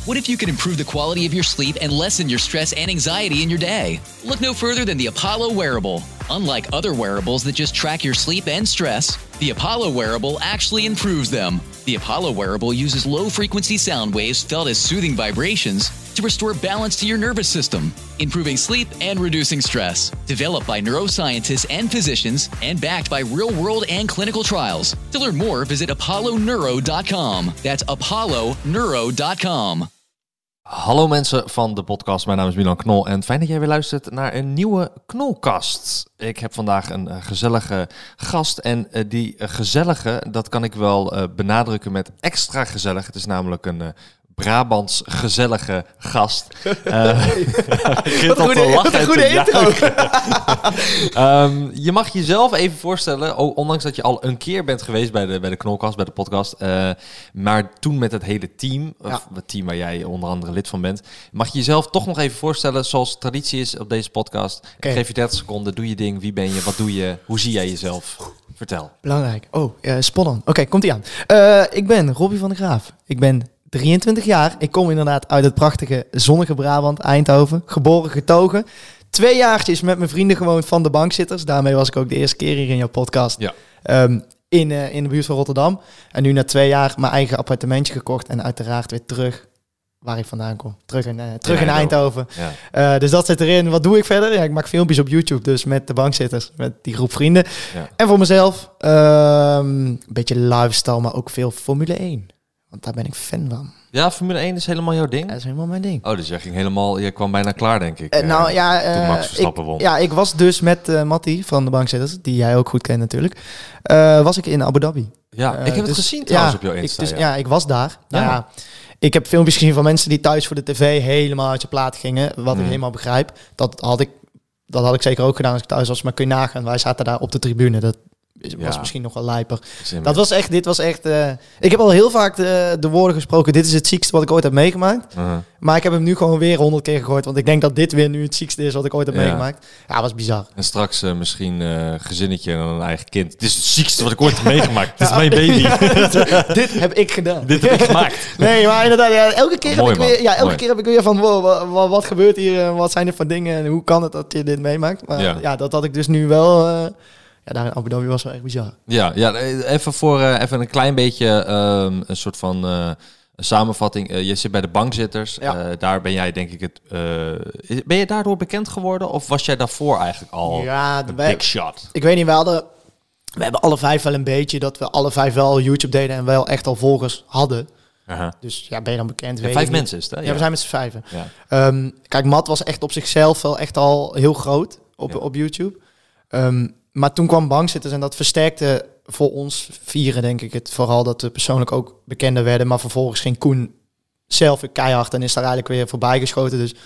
What if you could improve the quality of your sleep and lessen your stress and anxiety in your day? Look no further than the Apollo wearable. Unlike other wearables that just track your sleep and stress, the Apollo wearable actually improves them. The Apollo wearable uses low-frequency sound waves felt as soothing vibrations to restore balance to your nervous system, improving sleep and reducing stress. Developed by neuroscientists and physicians and backed by real-world and clinical trials. To learn more, visit apolloneuro.com. That's apolloneuro.com. Hallo mensen van de podcast, mijn naam is Milan Knol en fijn dat jij weer luistert naar een nieuwe Knolkast. Ik heb vandaag een gezellige gast en die gezellige, dat kan ik wel benadrukken met extra gezellig. Het is namelijk een Brabants gezellige gast. Wat een goede intro. Je mag jezelf even voorstellen, ondanks dat je al een keer bent geweest bij de Knolkast, bij de podcast. Maar toen met het hele team, of het team waar jij onder andere lid van bent. Mag je jezelf toch nog even voorstellen, zoals traditie is op deze podcast. Okay. Ik geef je 30 seconden, doe je ding, wie ben je, wat doe je, hoe zie jij jezelf? Vertel. Belangrijk. Spannend. Oké, komt-ie aan. Ik ben Robbie van der Graaf. Ik ben 23 jaar. Ik kom inderdaad uit het prachtige zonnige Brabant, Eindhoven. Geboren, getogen. 2 jaartjes met mijn vrienden gewoond van de bankzitters. Daarmee was ik ook de eerste keer hier in jouw podcast. Ja. In de buurt van Rotterdam. En nu na 2 jaar mijn eigen appartementje gekocht. En uiteraard weer terug waar ik vandaan kom. Terug in Eindhoven. Ja. Dus dat zit erin. Wat doe ik verder? Ja, ik maak filmpjes op YouTube. Dus met de bankzitters. Met die groep vrienden. Ja. En voor mezelf. Een beetje lifestyle. Maar ook veel Formule 1. Want daar ben ik fan van. Ja, Formule 1 is helemaal jouw ding? Dat is helemaal mijn ding. Oh, dus jij kwam bijna klaar, denk ik. Toen Max Verstappen won. Ja, ik was dus met Mattie van de bankzitters, die jij ook goed kent natuurlijk, was ik in Abu Dhabi. Ja, ik heb het gezien trouwens op jouw Insta. Ik was daar. Ja. Nou ja, ik heb filmpjes gezien van mensen die thuis voor de tv helemaal uit je plaat gingen, wat ik helemaal begrijp. Dat had ik zeker ook gedaan als ik thuis was, maar kun je nagaan. Wij zaten daar op de tribune. Dat was misschien nog wel lijper. Dit was echt... ik heb al heel vaak de woorden gesproken. Dit is het ziekste wat ik ooit heb meegemaakt. Maar ik heb hem nu gewoon weer 100 keer gegooid. Want ik denk dat dit weer nu het ziekste is wat ik ooit heb meegemaakt. Ja, dat was bizar. En straks misschien gezinnetje en een eigen kind. Dit is het ziekste wat ik ooit heb meegemaakt. Dit is mijn baby. Dit heb ik gedaan. Dit heb ik gemaakt. Nee, maar inderdaad. Elke keer heb ik weer van... Wow, wat gebeurt hier? Wat zijn er voor dingen? En hoe kan het dat je dit meemaakt? Maar dat had ik dus nu wel... daar in Abu Dhabi was wel echt bizar. Ja, even een klein beetje een soort van samenvatting. Je zit bij de bankzitters. Ja. Daar ben jij denk ik ben je daardoor bekend geworden? Of was jij daarvoor eigenlijk al big shot? Ik weet niet, we hebben alle 5 wel een beetje dat we alle 5 wel YouTube deden en wel echt al volgers hadden. Dus ben je dan bekend? 5 mensen is het, hè? Ja, we zijn met z'n 5. Ja. Kijk, Matt was echt op zichzelf wel echt al heel groot op YouTube. Maar toen kwam bankzitters en dat versterkte voor ons 4, denk ik het. Vooral dat we persoonlijk ook bekender werden. Maar vervolgens ging Koen zelf weer keihard en is daar eigenlijk weer voorbij geschoten. Dus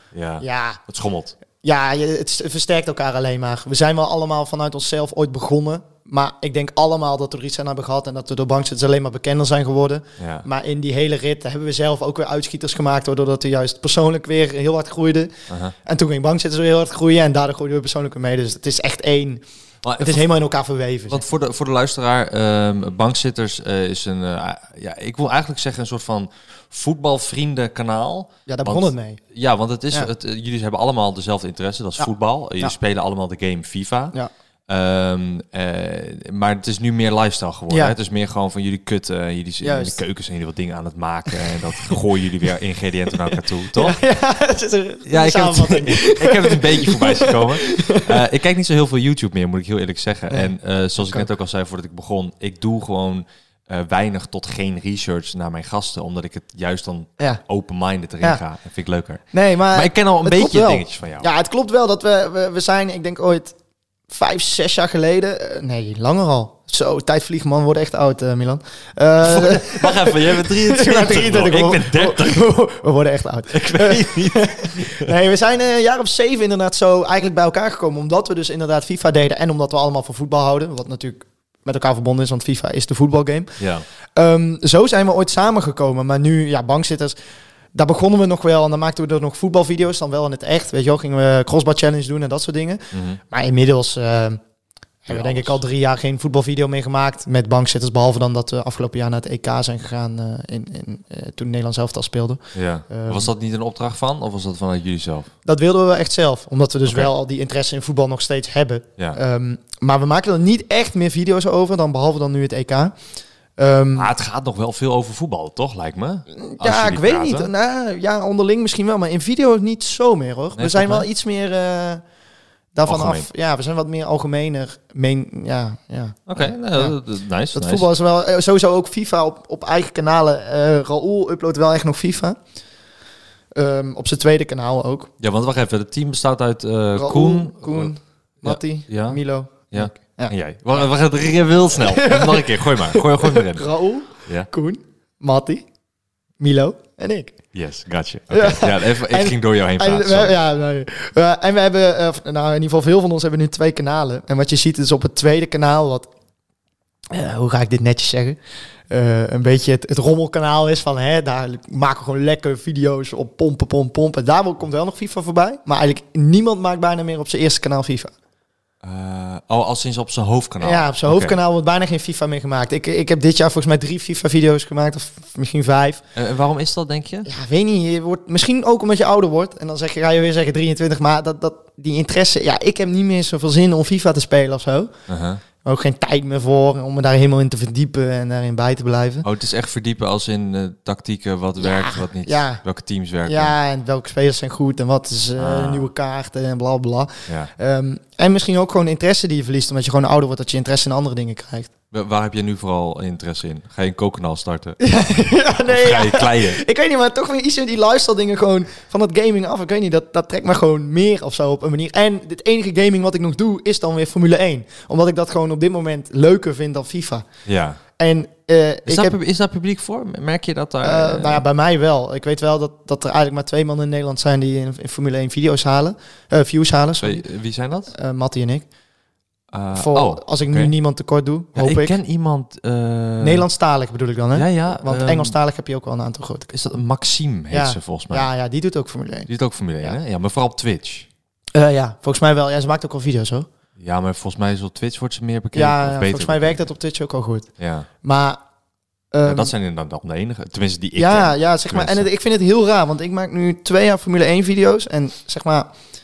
het schommelt. Ja, het versterkt elkaar alleen maar. We zijn wel allemaal vanuit onszelf ooit begonnen. Maar ik denk allemaal dat we er iets aan hebben gehad en dat we door bankzitters alleen maar bekender zijn geworden. Ja. Maar in die hele rit hebben we zelf ook weer uitschieters gemaakt, doordat we juist persoonlijk weer heel hard groeiden. En toen ging bankzitters weer heel hard groeien en daardoor groeiden we persoonlijk weer mee. Dus het is echt één. Het is helemaal in elkaar verweven. Want voor de luisteraar, bankzitters is ik wil eigenlijk zeggen een soort van voetbalvriendenkanaal. Ja, daar begon het mee. Ja, want het is jullie hebben allemaal dezelfde interesse, dat is voetbal. Jullie spelen allemaal de game FIFA. Ja. Maar het is nu meer lifestyle geworden. Ja. Hè? Het is meer gewoon van jullie kutten. Jullie in de keuken zijn jullie wat dingen aan het maken. En dat gooien jullie weer ingrediënten naar elkaar toe, toch? Ik heb het een beetje voorbij zien komen. Ik kijk niet zo heel veel YouTube meer, moet ik heel eerlijk zeggen. Nee. En zoals ik net ook al zei voordat ik begon, ik doe gewoon weinig tot geen research naar mijn gasten, omdat ik het juist dan open-minded erin ga. Dat vind ik leuker. Nee, maar ik ken al een beetje dingetjes van jou. Ja, het klopt wel dat we zijn, ik denk ooit 5, 6 jaar geleden. Nee, langer al. Zo, tijd vliegt, man. We worden echt oud, Milan. Wacht even, jij bent 23. Ik ben 30. We worden echt oud. Ik weet niet. Nee, we zijn een jaar of 7 inderdaad zo eigenlijk bij elkaar gekomen. Omdat we dus inderdaad FIFA deden. En omdat we allemaal van voetbal houden. Wat natuurlijk met elkaar verbonden is, want FIFA is de voetbalgame. Ja. Zo zijn we ooit samengekomen. Maar nu, bankzitters... Daar begonnen we nog wel en dan maakten we er nog voetbalvideo's, dan wel in het echt. Weet je wel, gingen we crossbar challenge doen en dat soort dingen. Maar inmiddels hebben denk ik al 3 jaar geen voetbalvideo mee gemaakt met bankzitters. Behalve dan dat we afgelopen jaar naar het EK zijn gegaan toen Nederland zelf al speelde. Ja. Was dat niet een opdracht van? Of was dat vanuit jullie zelf? Dat wilden we wel echt zelf. Omdat we dus wel al die interesse in voetbal nog steeds hebben. Ja. Maar we maken er niet echt meer video's over. Behalve dan nu het EK. Maar het gaat nog wel veel over voetbal, toch? Lijkt me. Ja, ik weet niet. Nou, ja, onderling misschien wel. Maar in video niet zo meer, hoor. Nee, we zijn wel iets meer... daarvan algemeen. af, ja, we zijn wat meer algemener. Oké, nice. Dat voetbal is wel sowieso ook FIFA op eigen kanalen. Raoul uploadt wel echt nog FIFA. Op zijn tweede kanaal ook. Ja, want wacht even. Het team bestaat uit Raoul, Koen, Matti, ja. Milo. Ja. En jij. Wacht, het ging heel snel. Nog een keer, gooi maar. Gooi erin. Raoul, Ja. Koen, Matti, Milo en ik. Yes, gotcha. Okay. Ja, ik ging door jou heen praten. En we hebben, in ieder geval veel van ons hebben nu 2 kanalen. En wat je ziet is op het tweede kanaal, wat, hoe ga ik dit netjes zeggen? Een beetje het rommelkanaal is van, daar maken we gewoon lekker video's op pompen. Daar komt wel nog FIFA voorbij. Maar eigenlijk niemand maakt bijna meer op zijn eerste kanaal FIFA. Al sinds op zijn hoofdkanaal? Ja, op zijn hoofdkanaal wordt bijna geen FIFA meer gemaakt. Ik heb dit jaar volgens mij 3 FIFA-video's gemaakt, of misschien 5. En waarom is dat, denk je? Ja, weet niet. Je wordt, misschien ook omdat je ouder wordt. En dan ga je weer zeggen 23, maar die interesse... Ja, ik heb niet meer zoveel zin om FIFA te spelen of zo. Uh-huh. Ook geen tijd meer voor om me daar helemaal in te verdiepen en daarin bij te blijven. Oh, het is echt verdiepen als in tactieken, wat werkt, wat niet. Ja. Welke teams werken. Ja, en welke spelers zijn goed en wat is nieuwe kaarten en bla bla. Ja. En misschien ook gewoon interesse die je verliest, omdat je gewoon ouder wordt, dat je interesse in andere dingen krijgt. Waar heb je nu vooral interesse in? Ga je een kookkanaal starten? Nee, ga je kleien? Ik weet niet, maar toch weer iets in die lifestyle dingen gewoon van het gaming af. Ik weet niet, dat trekt me gewoon meer of zo op een manier. En het enige gaming wat ik nog doe is dan weer Formule 1. Omdat ik dat gewoon op dit moment leuker vind dan FIFA. Ja. En is daar publiek voor? Merk je dat daar? Nou ja, bij mij wel. Ik weet wel dat er eigenlijk maar 2 man in Nederland zijn die in Formule 1 views halen. Sorry. Wie zijn dat? Mattie en ik. Als ik nu niemand tekort doe, hoop ik. Ik ken iemand... Nederlandstalig bedoel ik dan, hè? Ja. Want Engelstalig heb je ook wel een aantal grote. Is dat Maxime, heet ze volgens mij? Ja, die doet ook Formule 1. Die doet ook Formule 1, hè? Ja, maar vooral op Twitch. Ja, volgens mij wel. Ja, ze maakt ook wel video's, hoor. Ja, maar volgens mij is op Twitch wordt ze meer bekend. Ja, volgens mij werkt dat op Twitch ook al goed. Ja. Maar... dat zijn inderdaad de enige. Tenminste, die ik ken. Ja, zeg maar. En ik vind het heel raar, want ik maak nu 2 jaar Formule 1 video's. En zeg maar...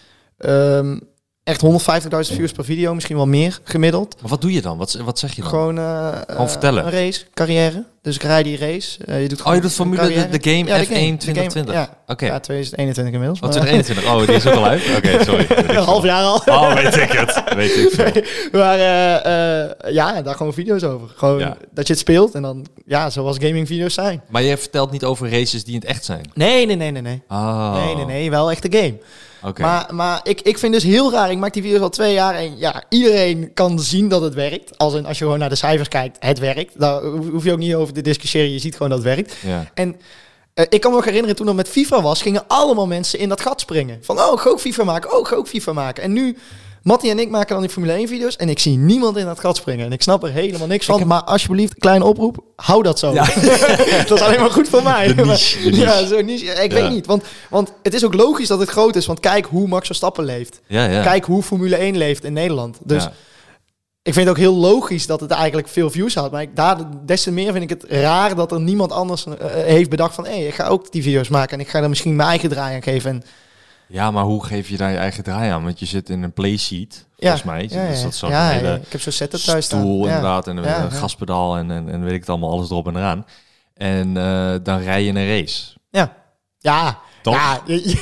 echt 150.000 views per video, misschien wel meer gemiddeld. Maar wat doe je dan? Wat zeg je dan? Gewoon vertellen. Een race, carrière. Dus ik rijd die race. Je doet Formule, de game F1 2020. Ja, oké. Ja, 2021 inmiddels. 2021. Oh, die is ook al uit? Oké, sorry. Een half jaar al. Oh, weet ik het. Weet ik veel. Maar daar gewoon video's over. Gewoon dat je het speelt en dan, zoals gaming video's zijn. Maar je vertelt niet over races die in het echt zijn? Nee. Oh. Nee, wel echt de game. Okay. Maar ik vind dus heel raar, ik maak die video's al 2 jaar en iedereen kan zien dat het werkt. Als je gewoon naar de cijfers kijkt, het werkt. Daar hoef je ook niet over te discussiëren, je ziet gewoon dat het werkt. Ja. En ik kan me nog herinneren, toen dat met FIFA was, gingen allemaal mensen in dat gat springen. Van, ga ook FIFA maken. En nu, Mattie en ik maken dan die Formule 1 video's en ik zie niemand in dat gat springen. En ik snap er helemaal niks van. Maar alsjeblieft, kleine oproep, hou dat zo. Ja. Dat is alleen maar goed voor mij. De niche. Ja, zo'n niche. Ik weet niet. Want het is ook logisch dat het groot is. Want kijk hoe Max Verstappen leeft. Ja. Kijk hoe Formule 1 leeft in Nederland. Dus ik vind het ook heel logisch dat het eigenlijk veel views had. Maar des te meer vind ik het raar dat er niemand anders heeft bedacht van... ik ga ook die video's maken en ik ga er misschien mijn eigen draai aan geven. En ja, maar hoe geef je daar je eigen draai aan? Want je zit in een playseat, volgens mij. Ja. Dus dat is hele ik heb zo'n setup thuis staan. Stoel inderdaad en een gaspedaal en weet ik het allemaal, alles erop en eraan. En dan rij je een race. Ja. Toch? Ja,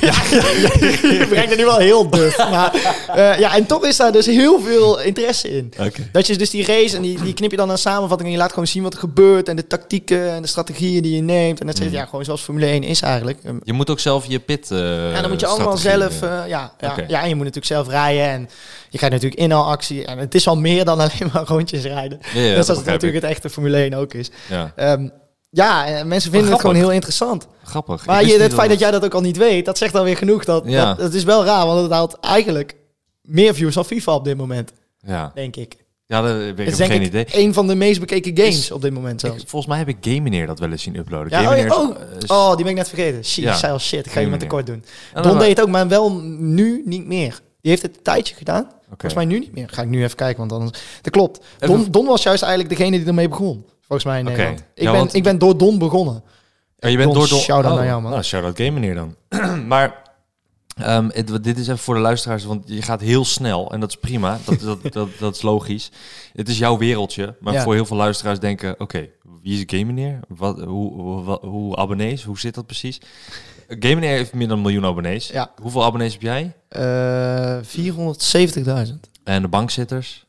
je brengt er nu wel heel duf. Maar en toch is daar dus heel veel interesse in. Okay. Dat je dus die race en die knip je dan aan samenvatting en je laat gewoon zien wat er gebeurt en de tactieken en de strategieën die je neemt. En dat zegt gewoon zoals Formule 1 is eigenlijk. Je moet ook zelf je pit dan moet je allemaal zelf... Okay. En je moet natuurlijk zelf rijden en je krijgt natuurlijk inhaalactie. En het is wel meer dan alleen maar rondjes rijden. Ja, dat is natuurlijk het echte Formule 1 ook is. Ja. Mensen vinden het gewoon heel interessant. Grappig. Maar het feit dat jij dat ook al niet weet, dat zegt dan weer genoeg. Dat is wel raar, want het haalt eigenlijk meer views dan FIFA op dit moment. Ja. Denk ik. Ja, dat heb ik geen idee. Een van de meest bekeken games op dit moment zelfs. Volgens mij heb ik Game Meneer dat wel eens zien uploaden. Die ben ik net vergeten. Ik zei al shit, ik ga iemand tekort doen. Don deed het ook, maar wel nu niet meer. Die heeft het een tijdje gedaan. Volgens mij nu niet meer. Ga ik nu even kijken, want anders... Dat klopt. Don was juist eigenlijk degene die ermee begon. Volgens mij in Nederland. Ik ben door Don begonnen. Ja, je bent door Don... Shout-out naar jou, man. Nou, shout-out Game Meneer dan. Maar dit is even voor de luisteraars, want je gaat heel snel. En dat is prima. Dat is logisch. Het is jouw wereldje. Maar voor heel veel luisteraars denken... Oké, wie is Game Meneer? Hoe abonnees? Hoe zit dat precies? Game Meneer heeft meer dan 1 miljoen abonnees. Ja. Hoeveel abonnees heb jij? 470.000. En de bankzitters?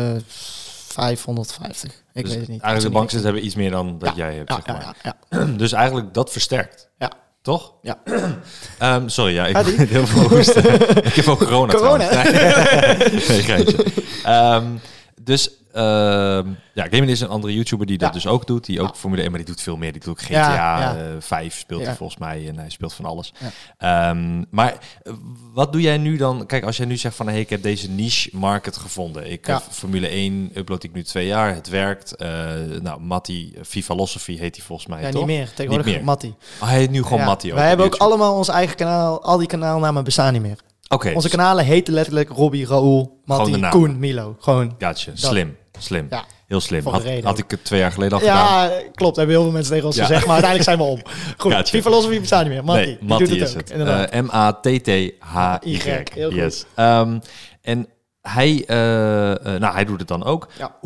550. Ik weet het niet. Eigenlijk de bankzitters hebben iets meer dan dat jij hebt, zeg maar. Ja. Dus eigenlijk dat versterkt. Ja. Toch? Ja. Sorry, ik ben heel veel hoesten. Ik heb ook corona. Nee, geintje. Dus Game Meneer is een andere YouTuber die dat dus ook doet. Die ook Formule 1, maar die doet veel meer. Die doet ook GTA 5 speelt hij volgens mij. En hij speelt van alles. Ja. Maar wat doe jij nu dan? Kijk, als jij nu zegt van... Hey, ik heb deze niche market gevonden. Ik heb Formule 1 upload ik nu 2 jaar. Het werkt. Matti, Vivalosophy heet hij volgens mij, toch? Niet meer. Tegenwoordig Matti. Hij heet nu gewoon Matti ook. Wij hebben ook allemaal ons eigen kanaal. Al die kanaalnamen bestaan niet meer. Okay, onze kanalen heten letterlijk Robbie, Raoul, Matti, Koen, Milo. Gewoon. Gotcha. Slim. Ja. Heel slim. Had ik het 2 jaar geleden al gedaan. Ja, klopt. Hebben heel veel mensen tegen ons gezegd. Maar uiteindelijk zijn we om. Goed. Gotcha. Philosophy bestaat niet meer. Matti. Matti doet het is ook, het. M-A-T-T-H-Y. Yes. En hij doet het dan ook. Ja.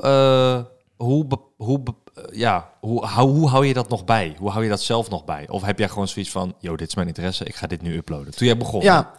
Hoe hou je dat nog bij? Hoe hou je dat zelf nog bij? Of heb jij gewoon zoiets van... dit is mijn interesse, ik ga dit nu uploaden. Toen jij begon. Ja,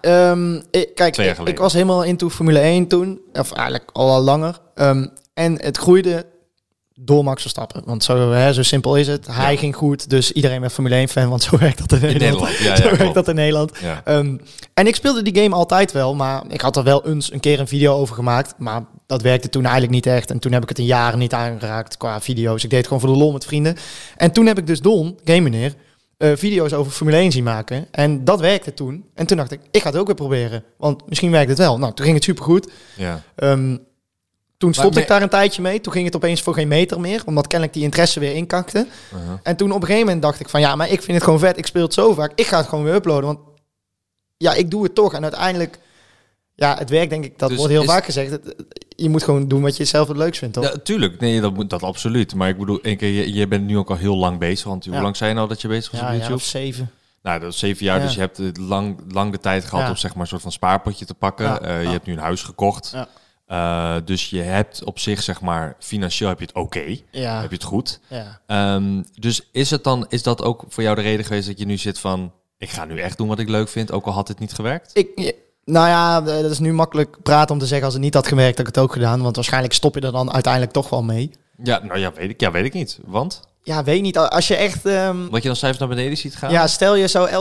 ik was helemaal into Formule 1 toen. Of eigenlijk al langer. En het groeide door Max Verstappen. Want zo simpel is het. Hij ging goed, dus iedereen werd Formule 1 fan. Want zo werkt dat in Nederland. Zo werkt dat in Nederland. Ja. En ik speelde die game altijd wel. Maar ik had er wel eens een keer een video over gemaakt. Maar dat werkte toen eigenlijk niet echt. En toen heb ik het een jaar niet aangeraakt qua video's. Ik deed het gewoon voor de lol met vrienden. En toen heb ik dus Don, Game Meneer, video's over Formule 1 zien maken. En dat werkte toen. En toen dacht ik ga het ook weer proberen. Want misschien werkt het wel. Nou, toen ging het supergoed. Ja. Toen stopte ik daar een tijdje mee. Toen ging het opeens voor geen meter meer. Omdat kennelijk die interesse weer inkakte. En toen op een gegeven moment dacht ik van... maar ik vind het gewoon vet. Ik speel het zo vaak. Ik ga het gewoon weer uploaden. Want ik doe het toch. En uiteindelijk... het werk denk ik... Dat wordt heel vaak gezegd. Je moet gewoon doen wat je zelf het leukst vindt, toch? Ja, tuurlijk. Nee, dat absoluut. Maar ik bedoel... je bent nu ook al heel lang bezig. Want hoe lang zijn nou dat je bezig was op YouTube? Ja, 7. Nou, dat is 7 jaar. Ja. Dus je hebt lang de tijd gehad om zeg maar een soort van spaarpotje te pakken. Je hebt nu een huis gekocht. Ja. Dus je hebt op zich, zeg maar, financieel heb je het oké. Ja. Heb je het goed. Ja. Dus is dat ook voor jou de reden geweest dat je nu zit van... ik ga nu echt doen wat ik leuk vind, ook al had het niet gewerkt? Dat is nu makkelijk praten om te zeggen als het niet had gewerkt, dat ik het ook gedaan. Want waarschijnlijk stop je er dan uiteindelijk toch wel mee. Weet ik niet. Want? Ja, weet niet. Als je echt... Wat je dan cijfers naar beneden ziet gaan? Ja, stel je zou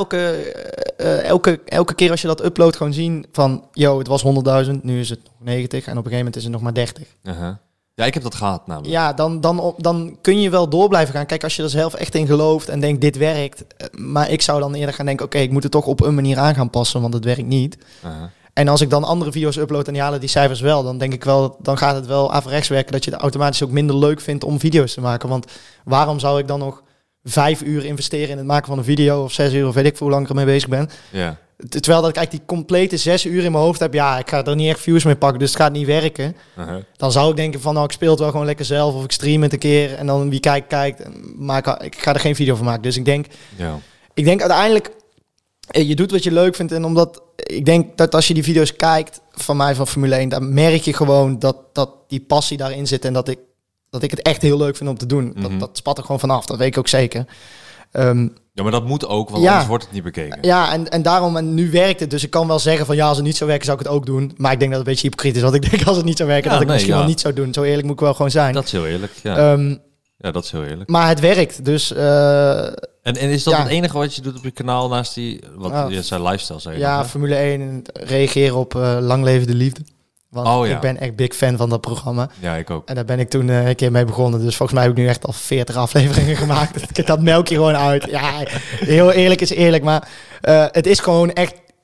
elke keer als je dat uploadt gewoon zien van... het was 100.000, nu is het nog 90 en op een gegeven moment is het nog maar 30. Uh-huh. Ja, ik heb dat gehad namelijk. Ja, dan kun je wel door blijven gaan. Kijk, als je er zelf echt in gelooft en denkt dit werkt. Maar ik zou dan eerder gaan denken... oké, ik moet het toch op een manier aan gaan passen, want het werkt niet. Uh-huh. En als ik dan andere video's upload en die halen die cijfers wel... dan denk ik wel, dan gaat het wel averechts werken... dat je het automatisch ook minder leuk vindt om video's te maken. Want waarom zou ik dan nog 5 uur investeren in het maken van een video... of 6 uur of weet ik veel hoe lang ik ermee bezig ben... Yeah. Terwijl dat ik eigenlijk die complete 6 uur in mijn hoofd heb... ik ga er niet echt views mee pakken, dus het gaat niet werken. Uh-huh. Dan zou ik denken van, ik speel het wel gewoon lekker zelf... of ik stream het een keer en dan wie kijkt. Maar ik ga er geen video van maken. Dus ik denk uiteindelijk... je doet wat je leuk vindt en omdat... ik denk dat als je die video's kijkt van mij van Formule 1... dan merk je gewoon dat die passie daarin zit... en dat ik het echt heel leuk vind om te doen. Mm-hmm. Dat spat er gewoon vanaf, dat weet ik ook zeker. Maar dat moet ook, want anders wordt het niet bekeken. Ja, en daarom, en nu werkt het. Dus ik kan wel zeggen van als het niet zou werken, zou ik het ook doen. Maar ik denk dat het een beetje hypocriet is. Want ik denk als het niet zou werken, dat ik misschien wel niet zou doen. Zo eerlijk moet ik wel gewoon zijn. Dat is heel eerlijk, ja. Dat is heel eerlijk. Maar het werkt, dus... En is dat het enige wat je doet op je kanaal naast die... Wat je zei lifestyle, zei je. Ja, Formule 1 en reageren op lang leven de liefde. Want ik ben echt big fan van dat programma. Ja, ik ook. En daar ben ik toen een keer mee begonnen. Dus volgens mij heb ik nu echt al 40 afleveringen gemaakt. Dat melk je gewoon uit. Ja, heel eerlijk is eerlijk. Maar het is gewoon echt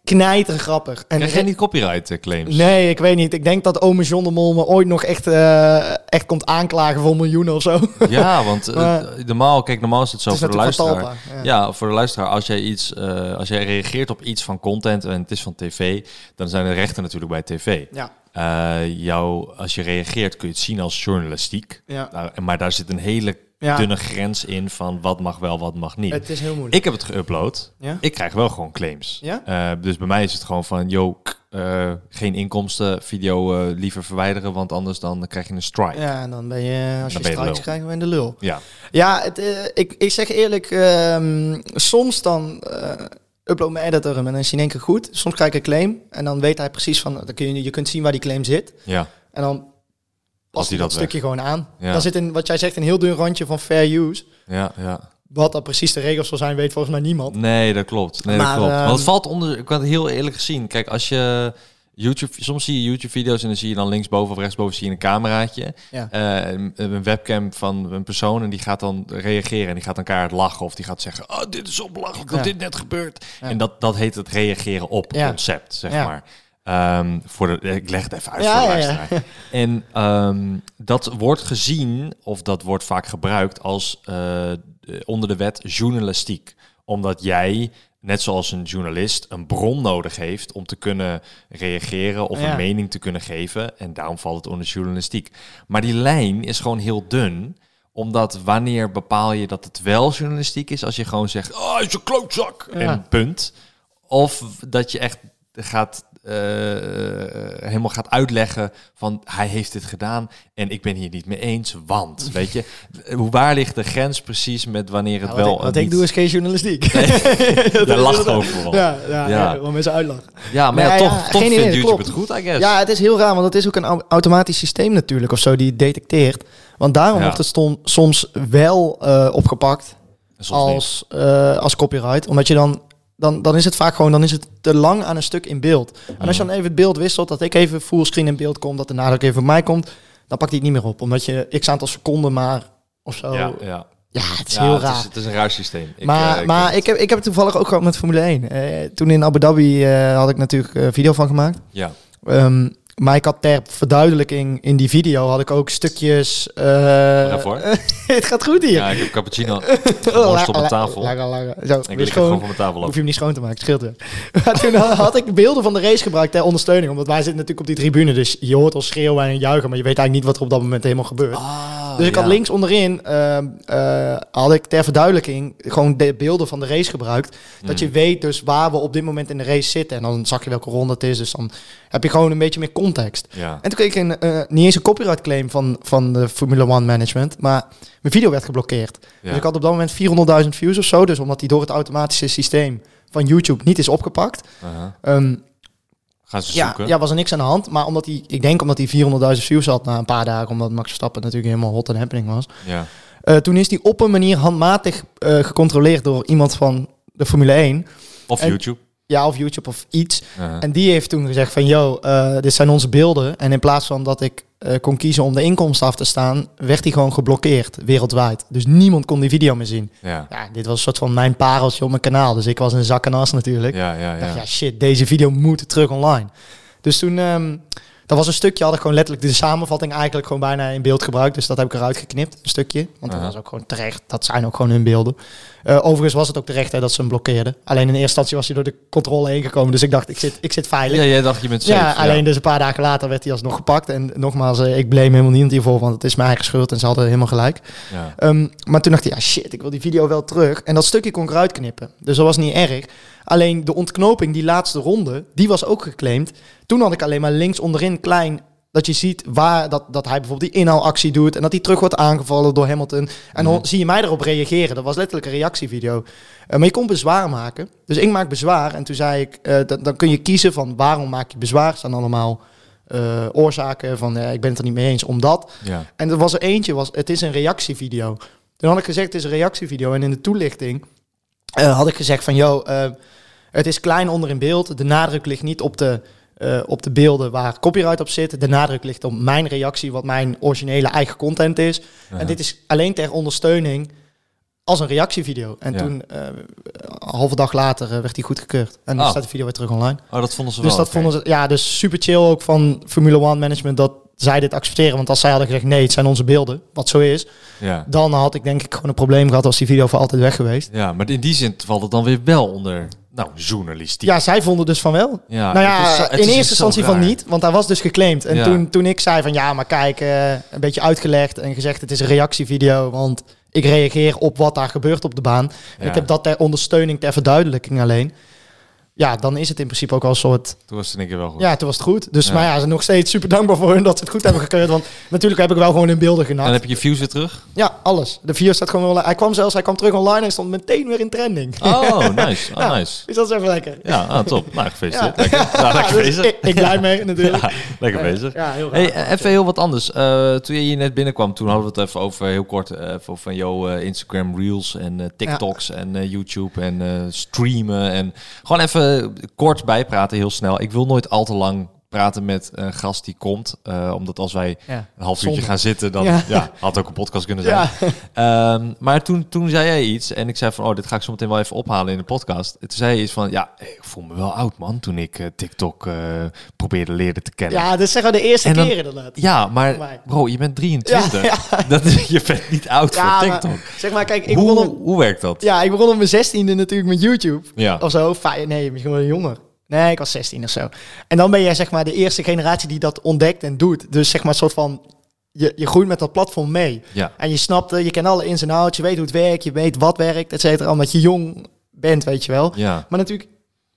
knijtergrappig. En krijg jij niet copyright claims? Nee, ik weet niet. Ik denk dat ome John de Mol me ooit nog echt komt aanklagen voor miljoenen of zo. Ja, want normaal is het zo het is voor de luisteraar. Talpa, ja, voor de luisteraar. Als jij reageert op iets van content en het is van tv, dan zijn de rechten natuurlijk bij tv. Ja. Als je reageert kun je het zien als journalistiek. Ja. Maar daar zit een hele dunne grens in van wat mag wel, wat mag niet. Het is heel moeilijk. Ik heb het geüpload. Ja? Ik krijg wel gewoon claims. Ja? Dus bij mij is het gewoon van, geen inkomsten, video liever verwijderen, want anders dan krijg je een strike. Ja, en dan ben je, als dan je ben je strikes krijgt, ben je de lul. Ja. Ja, ik zeg eerlijk, soms dan upload mijn editor hem en dan is hij in één keer goed. Soms krijg ik een claim en dan weet hij precies van, je kunt zien waar die claim zit. Ja. En dan past hij dat stukje gewoon aan. Ja. Dan zit wat jij zegt, een heel dun randje van fair use. Ja. Wat dan precies de regels zal zijn, weet volgens mij niemand. Nee, dat klopt. Want het valt onder, ik kan het heel eerlijk zien. Kijk, als je soms zie je YouTube-video's en dan zie je dan linksboven of rechtsboven zie je een cameraatje. Ja. Een webcam van een persoon en die gaat dan reageren en die gaat elkaar lachen of die gaat zeggen, oh, dit is zo belachelijk dat dit net gebeurt. Ja. En dat heet het reageren op concept, zeg maar. Ik leg het even uit voor de luisteraar. Ja. En dat wordt gezien, of dat wordt vaak gebruikt als onder de wet journalistiek. Omdat jij, net zoals een journalist, een bron nodig heeft om te kunnen reageren of een mening te kunnen geven. En daarom valt het onder journalistiek. Maar die lijn is gewoon heel dun. Omdat wanneer bepaal je dat het wel journalistiek is? Als je gewoon zegt, oh, is een klootzak. Ja. En punt. Of dat je echt helemaal gaat uitleggen van hij heeft dit gedaan en ik ben hier niet mee eens, want weet je, waar ligt de grens precies met wanneer het wel... Wat ik doe is geen journalistiek. Nee. Daar lacht overal. Ja, want mensen uitlachen. Ja, maar toch vindt YouTube het goed, I guess. Ja, het is heel raar, want het is ook een automatisch systeem natuurlijk of zo die het detecteert. Want daarom wordt het soms wel opgepakt als copyright, omdat je dan is het vaak gewoon, dan is het te lang aan een stuk in beeld. En als je dan even het beeld wisselt, dat ik even fullscreen in beeld kom, dat de nadruk even voor mij komt, dan pakt hij het niet meer op. Omdat je x aantal seconden maar of zo... Ja, het is heel raar. Het is een raar systeem. Ik heb het toevallig ook gehad met Formule 1. Toen in Abu Dhabi had ik natuurlijk een video van gemaakt. Ja. Maar ik had ter verduidelijking in die video had ik ook stukjes... Het gaat goed hier. Ja, ik heb cappuccino geworst op mijn tafel. Zo, ik lig gewoon van mijn tafel op. Hoef je hem niet schoon te maken, scheelt weer. Maar toen had ik beelden van de race gebruikt ter ondersteuning. Omdat wij zitten natuurlijk op die tribune. Dus je hoort ons schreeuwen en juichen. Maar je weet eigenlijk niet wat er op dat moment helemaal gebeurt. Dus ik had links onderin... had ik ter verduidelijking gewoon de beelden van de race gebruikt. Dat je weet dus waar we op dit moment in de race zitten. En dan zag je welke ronde het is. Dus dan heb je gewoon een beetje meer context. Ja. En toen kreeg ik niet eens een copyright claim van de Formula 1 management. Maar mijn video werd geblokkeerd. Ja. Dus ik had op dat moment 400.000 views of zo. Dus omdat die door het automatische systeem van YouTube niet is opgepakt. Gaan ze zoeken? Ja, was er niks aan de hand. Maar omdat hij 400.000 views had na een paar dagen. Omdat Max Verstappen natuurlijk helemaal hot and happening was. Ja. Toen is die op een manier handmatig gecontroleerd door iemand van de Formule 1. Of YouTube. Ja, of YouTube of iets. En die heeft toen gezegd van, dit zijn onze beelden. En in plaats van dat ik kon kiezen om de inkomsten af te staan, werd die gewoon geblokkeerd wereldwijd. Dus niemand kon die video meer zien. Ja, dit was een soort van mijn pareltje op mijn kanaal. Dus ik was een zak en as natuurlijk. Ja. Dacht, shit, deze video moet terug online. Dus toen, dat was een stukje, had ik gewoon letterlijk de samenvatting eigenlijk gewoon bijna in beeld gebruikt. Dus dat heb ik eruit geknipt, een stukje. Want dat was ook gewoon terecht. Dat zijn ook gewoon hun beelden. Overigens was het ook terecht dat ze hem blokkeerden. Alleen in eerste instantie was hij door de controle heen gekomen. Dus ik dacht, ik zit veilig. Ja, jij dacht je bent safe. Ja, alleen dus een paar dagen later werd hij alsnog gepakt. En nogmaals, ik blame helemaal niemand hiervoor, want het is mijn eigen schuld en ze hadden helemaal gelijk. Ja. Maar toen dacht hij, shit, ik wil die video wel terug. En dat stukje kon ik eruit knippen. Dus dat was niet erg. Alleen de ontknoping, die laatste ronde, die was ook geclaimd. Toen had ik alleen maar links onderin klein, dat je ziet waar dat hij bijvoorbeeld die inhaalactie doet en dat hij terug wordt aangevallen door Hamilton. En dan zie je mij erop reageren. Dat was letterlijk een reactievideo. Maar je kon bezwaar maken. Dus ik maak bezwaar. En toen zei ik, dan kun je kiezen van waarom maak je bezwaar. Er staan allemaal oorzaken van ik ben het er niet mee eens, omdat. Ja. En er was er eentje, het is een reactievideo. Toen had ik gezegd, het is een reactievideo. En in de toelichting had ik gezegd van, het is klein onder in beeld. De nadruk ligt niet op de beelden waar copyright op zit. De nadruk ligt op mijn reactie, wat mijn originele eigen content is. En dit is alleen ter ondersteuning als een reactievideo. En toen, een halve dag later, werd die goedgekeurd. En dan staat de video weer terug online. Oh, dat vonden ze dus wel. Dat vonden ze, dus super chill ook van Formule 1 management dat zij dit accepteren. Want als zij hadden gezegd, nee, het zijn onze beelden, wat zo is, dan had ik denk ik gewoon een probleem gehad als die video voor altijd weg geweest. Ja, maar in die zin valt het dan weer wel onder, journalistiek. Ja, zij vonden dus van wel. Ja, in eerste instantie van niet, want hij was dus geclaimd. En toen ik zei van, maar kijk, een beetje uitgelegd en gezegd, het is een reactievideo, want ik reageer op wat daar gebeurt op de baan. En ik heb dat ter ondersteuning, ter verduidelijking alleen. Ja, dan is het in principe ook al een soort... Toen was het in één keer wel goed. Ja, toen was het goed. Dus maar ze zijn nog steeds super dankbaar voor hun dat ze het goed hebben gekeurd. Want natuurlijk heb ik wel gewoon in beelden genakt. En heb je je views weer terug? Ja, alles. De views staat gewoon wel... Hij kwam terug online en stond meteen weer in trending. Oh, nice. Nice. Dus dat is even lekker. Ja, top. Nou, gefeliciteerd. Lekker bezig. Dus ik blij mee natuurlijk. Ja, lekker bezig. Ja, heel graag. Even heel wat anders. Toen je hier net binnenkwam, toen hadden we het even over, heel kort, van jouw Instagram Reels en TikToks en YouTube en streamen. En gewoon even kort bijpraten, heel snel. Ik wil nooit al te lang praten met een gast die komt. Omdat als wij een half uurtje gaan zitten, dan had ook een podcast kunnen zijn. Ja. Maar toen zei jij iets en ik zei van, dit ga ik zo meteen wel even ophalen in de podcast. Toen zei je iets van, ik voel me wel oud, man, toen ik TikTok probeerde leren te kennen. Ja, dat zeggen we de eerste keer inderdaad. Ja, maar bro, je bent 23. Je bent niet oud voor TikTok. Maar, zeg maar, kijk, hoe werkt dat? Ja, ik begon op mijn 16e natuurlijk met YouTube. Ja. Of zo. Nee, misschien wel jonger. Nee, ik was 16 of zo. En dan ben jij zeg maar de eerste generatie die dat ontdekt en doet. Dus zeg maar een soort van... Je groeit met dat platform mee. Ja. En je snapt, je kent alle ins en outs. Je weet hoe het werkt, je weet wat werkt, et cetera. Omdat je jong bent, weet je wel. Ja. Maar natuurlijk...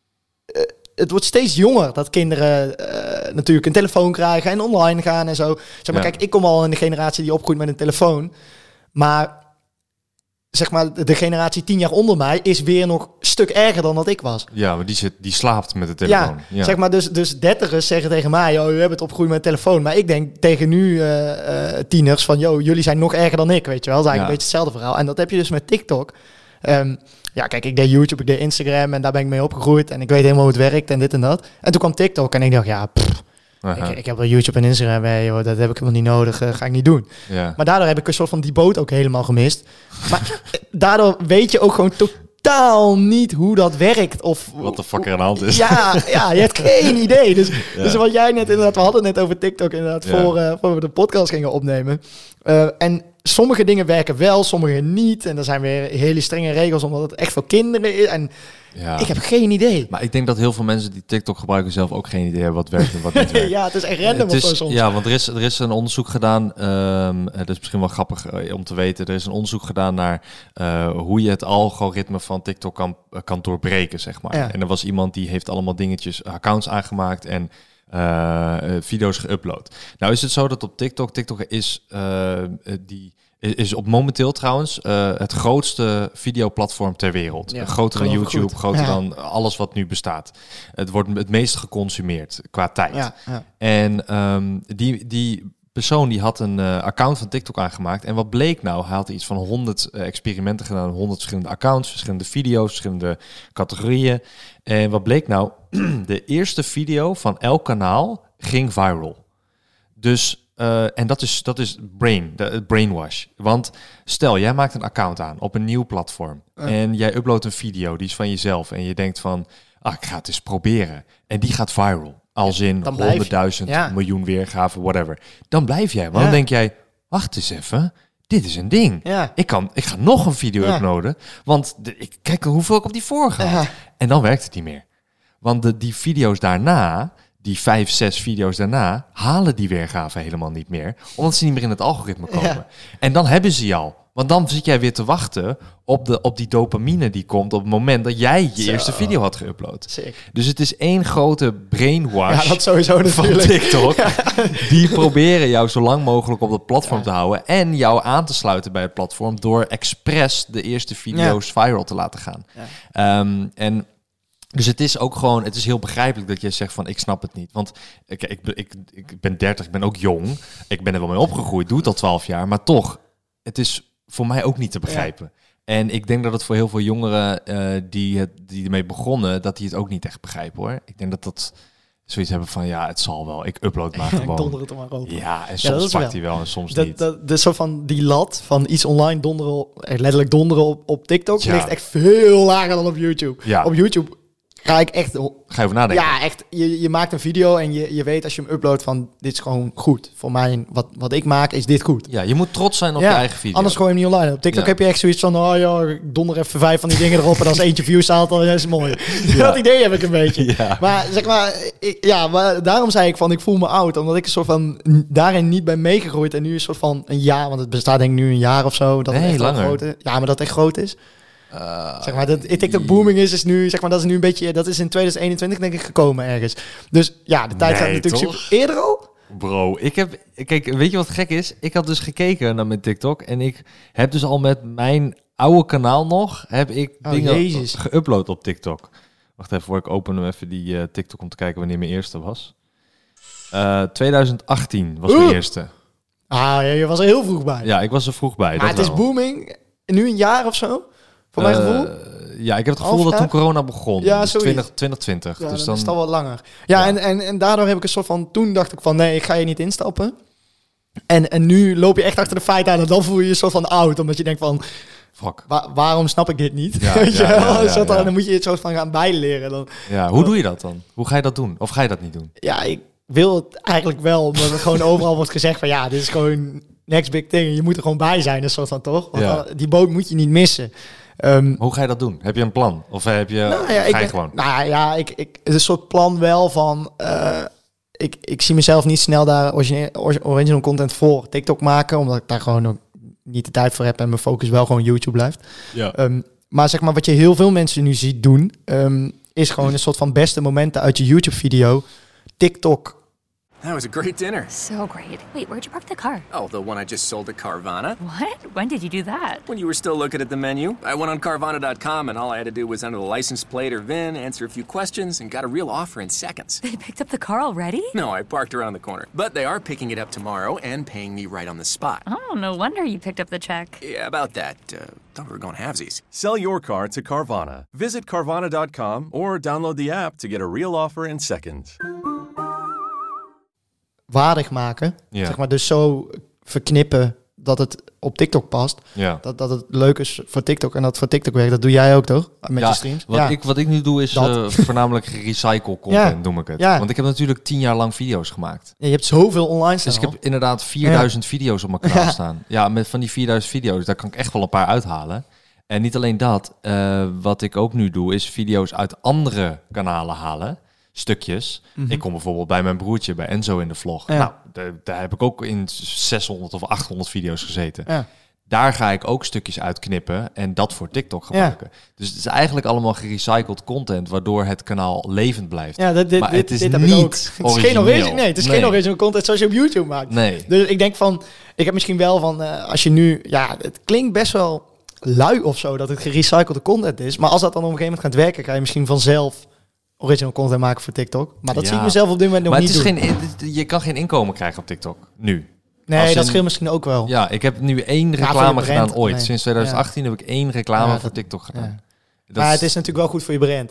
het wordt steeds jonger dat kinderen natuurlijk een telefoon krijgen en online gaan en zo. Zeg maar, kijk, ik kom al in de generatie die opgroeit met een telefoon. Maar... zeg maar, de generatie 10 jaar onder mij is weer nog een stuk erger dan dat ik was. Ja, maar die slaapt met de telefoon. Ja. Zeg maar, dus dertigers zeggen tegen mij, je hebt het opgegroeid met een telefoon. Maar ik denk tegen nu tieners van, jullie zijn nog erger dan ik, weet je wel. Dat is eigenlijk een beetje hetzelfde verhaal. En dat heb je dus met TikTok. Kijk, ik deed YouTube, ik deed Instagram en daar ben ik mee opgegroeid. En ik weet helemaal hoe het werkt en dit en dat. En toen kwam TikTok en ik dacht, ik heb wel YouTube en Instagram, dat heb ik helemaal niet nodig, ga ik niet doen. Ja. Maar daardoor heb ik een soort van die boot ook helemaal gemist. Maar daardoor weet je ook gewoon totaal niet hoe dat werkt. Of wat de fuck er aan de hand is. Ja, je hebt geen idee. Dus wat jij net inderdaad, we hadden het net over TikTok inderdaad voor we de podcast gingen opnemen. En sommige dingen werken wel, sommige niet. En er zijn weer hele strenge regels omdat het echt voor kinderen is. En ik heb geen idee. Maar ik denk dat heel veel mensen die TikTok gebruiken zelf ook geen idee hebben wat werkt en wat niet werkt. Ja, het is echt random of zo soms. Ja, want er is een onderzoek gedaan. Dat is misschien wel grappig om te weten. Er is een onderzoek gedaan naar hoe je het algoritme van TikTok kan doorbreken, zeg maar. Ja. En er was iemand die heeft allemaal accounts aangemaakt en video's geüpload. Nou is het zo dat op TikTok is op momenteel trouwens het grootste videoplatform ter wereld. Ja, groter dan YouTube, groter dan alles wat nu bestaat. Het wordt het meest geconsumeerd qua tijd. Ja. En die persoon die had een account van TikTok aangemaakt. En wat bleek nou? Hij had iets van 100 experimenten gedaan, 100 verschillende accounts, verschillende video's, verschillende categorieën. En wat bleek nou? De eerste video van elk kanaal ging viral. Dus en dat is brainwash. Want stel, jij maakt een account aan op een nieuw platform. En jij uploadt een video, die is van jezelf. En je denkt van, ik ga het eens proberen. En die gaat viral. Als in 100.000 miljoen weergaven, whatever. Dan blijf jij. Want dan denk jij, wacht eens even. Dit is een ding. Ja. Ik ga nog een video uploaden. Want kijk hoeveel ik op die vorige had. Ja. En dan werkt het niet meer. Want die video's daarna... die 5, 6 video's daarna halen die weergaven helemaal niet meer. Omdat ze niet meer in het algoritme komen. Ja. En dan hebben ze je al. Want dan zit jij weer te wachten op die dopamine die komt op het moment dat jij je eerste video had geüpload. Sick. Dus het is één grote brainwash dat sowieso van TikTok. Ja. Die proberen jou zo lang mogelijk op het platform te houden en jou aan te sluiten bij het platform door expres de eerste video's viral te laten gaan. Ja. Dus het is ook gewoon, het is heel begrijpelijk dat je zegt van, ik snap het niet. Want ik ben 30, ik ben ook jong. Ik ben er wel mee opgegroeid, doe het al 12 jaar. Maar toch, het is voor mij ook niet te begrijpen. Ja. En ik denk dat het voor heel veel jongeren die ermee begonnen, dat die het ook niet echt begrijpen hoor. Ik denk dat zoiets hebben van, ja, het zal wel. Ik upload maar gewoon. Donder het er maar open. Ja, en soms pakt hij wel en soms niet. Dus zo van die lat van iets online donderen, letterlijk donderen op TikTok, Ja. ligt echt veel lager dan op YouTube. Ja. Op YouTube ga ik echt... Ga je over nadenken? Ja, echt. Je maakt een video en je weet als je hem uploadt van, dit is gewoon goed. Voor mij, wat ik maak, is dit goed. Ja, je moet trots zijn op je eigen video. Anders gooi je hem niet online. Op TikTok heb je echt zoiets van, oh ja, ik donder even 5 van die dingen erop en als eentje views haalt, dan is het mooi. Dat idee heb ik een beetje. Ja. Maar zeg maar, maar daarom zei ik van, ik voel me oud. Omdat ik een soort van daarin niet ben meegegroeid. En nu een soort van een jaar, want het bestaat denk ik nu een jaar of zo. Dat Nee, het echt langer. groot is. Ja, maar dat het echt groot is. Zeg maar, dat TikTok booming is nu, zeg maar, dat is nu een beetje, dat is in 2021 denk ik gekomen ergens. Dus ja, de tijd gaat natuurlijk toch? super. Eerder al? Bro, kijk, weet je wat gek is? Ik had dus gekeken naar mijn TikTok en ik heb dus al met mijn oude kanaal nog, heb ik dingen geüpload op TikTok. Wacht even, voor ik open hem even die TikTok om te kijken wanneer mijn eerste was. 2018 was mijn eerste. Ah, ja, je was er heel vroeg bij. Ja, ik was er vroeg bij. Maar dat het is wel. booming, nu een jaar of zo? Voor mijn gevoel? Ja, ik heb het gevoel dat toen corona begon. Ja, dus zoiets. 2020. Ja, dus dan is het al wat langer. Ja, ja. En daardoor heb ik een soort van... Toen dacht ik van, nee, ik ga je niet instappen. En nu loop je echt achter de feiten aan. En dan voel je je soort van oud. Omdat je denkt van... Fuck. Waarom snap ik dit niet? Ja, Weet je wel? ja. Dan moet je het soort van gaan bijleren. Dan. Ja, hoe doe je dat dan? Hoe ga je dat doen? Of ga je dat niet doen? Ja, ik wil het eigenlijk wel. Omdat het gewoon overal wordt gezegd van... Ja, dit is gewoon next big thing. Je moet er gewoon bij zijn. Een soort van, toch? Want die boot moet je niet missen. Hoe ga je dat doen? Heb je een plan? Of heb je, ga je gewoon? Nou ja, het is een soort plan wel van... Ik zie mezelf niet snel daar original content voor TikTok maken. Omdat ik daar gewoon ook niet de tijd voor heb. En mijn focus wel gewoon YouTube blijft. Ja. Maar zeg maar, wat je heel veel mensen nu ziet doen... is gewoon een soort van beste momenten uit je YouTube-video. TikTok. That was a great dinner. So great. Wait, where'd you park the car? Oh, the one I just sold to Carvana. What? When did you do that? When you were still looking at the menu. I went on Carvana.com and all I had to do was enter the license plate or VIN, answer a few questions, and got a real offer in seconds. They picked up the car already? No, I parked around the corner. But they are picking it up tomorrow and paying me right on the spot. Oh, no wonder you picked up the check. Yeah, about that. Thought we were going halvesies. Sell your car to Carvana. Visit Carvana.com or download the app to get a real offer in seconds. Waardig maken. Ja. Zeg maar, dus zo verknippen dat het op TikTok past. Ja. Dat het leuk is voor TikTok en dat voor TikTok werkt. Dat doe jij ook, toch? Met je streams. Wat ik nu doe is voornamelijk recycle content, noem ik het. Ja. Want ik heb natuurlijk 10 jaar lang video's gemaakt. Ja, je hebt zoveel online staan. Dus ik heb inderdaad 4000 video's op mijn kanaal staan. Ja, met van die 4000 video's, daar kan ik echt wel een paar uithalen. En niet alleen dat, wat ik ook nu doe, is video's uit andere kanalen halen. Stukjes. Mm-hmm. Ik kom bijvoorbeeld bij mijn broertje, bij Enzo in de vlog. Ja. Nou, daar heb ik ook in 600 of 800 video's gezeten. Ja. Daar ga ik ook stukjes uitknippen en dat voor TikTok gebruiken. Ja. Dus het is eigenlijk allemaal gerecycled content, waardoor het kanaal levend blijft. Ja, maar het is niet origineel. Het is geen original content zoals je op YouTube maakt. Nee. Dus ik denk van, ik heb misschien wel van, als je nu, het klinkt best wel lui of zo dat het gerecyclede content is. Maar als dat dan op een gegeven moment gaat werken, ga je misschien vanzelf original content maken voor TikTok. Maar dat zie ik mezelf op dit moment nog niet doen. Je kan geen inkomen krijgen op TikTok, nu. Nee, dat scheelt misschien ook wel. Ja, ik heb nu 1 reclame gedaan ooit. Nee. Sinds 2018 heb ik 1 reclame voor TikTok gedaan. Ja. Maar het is natuurlijk wel goed voor je brand.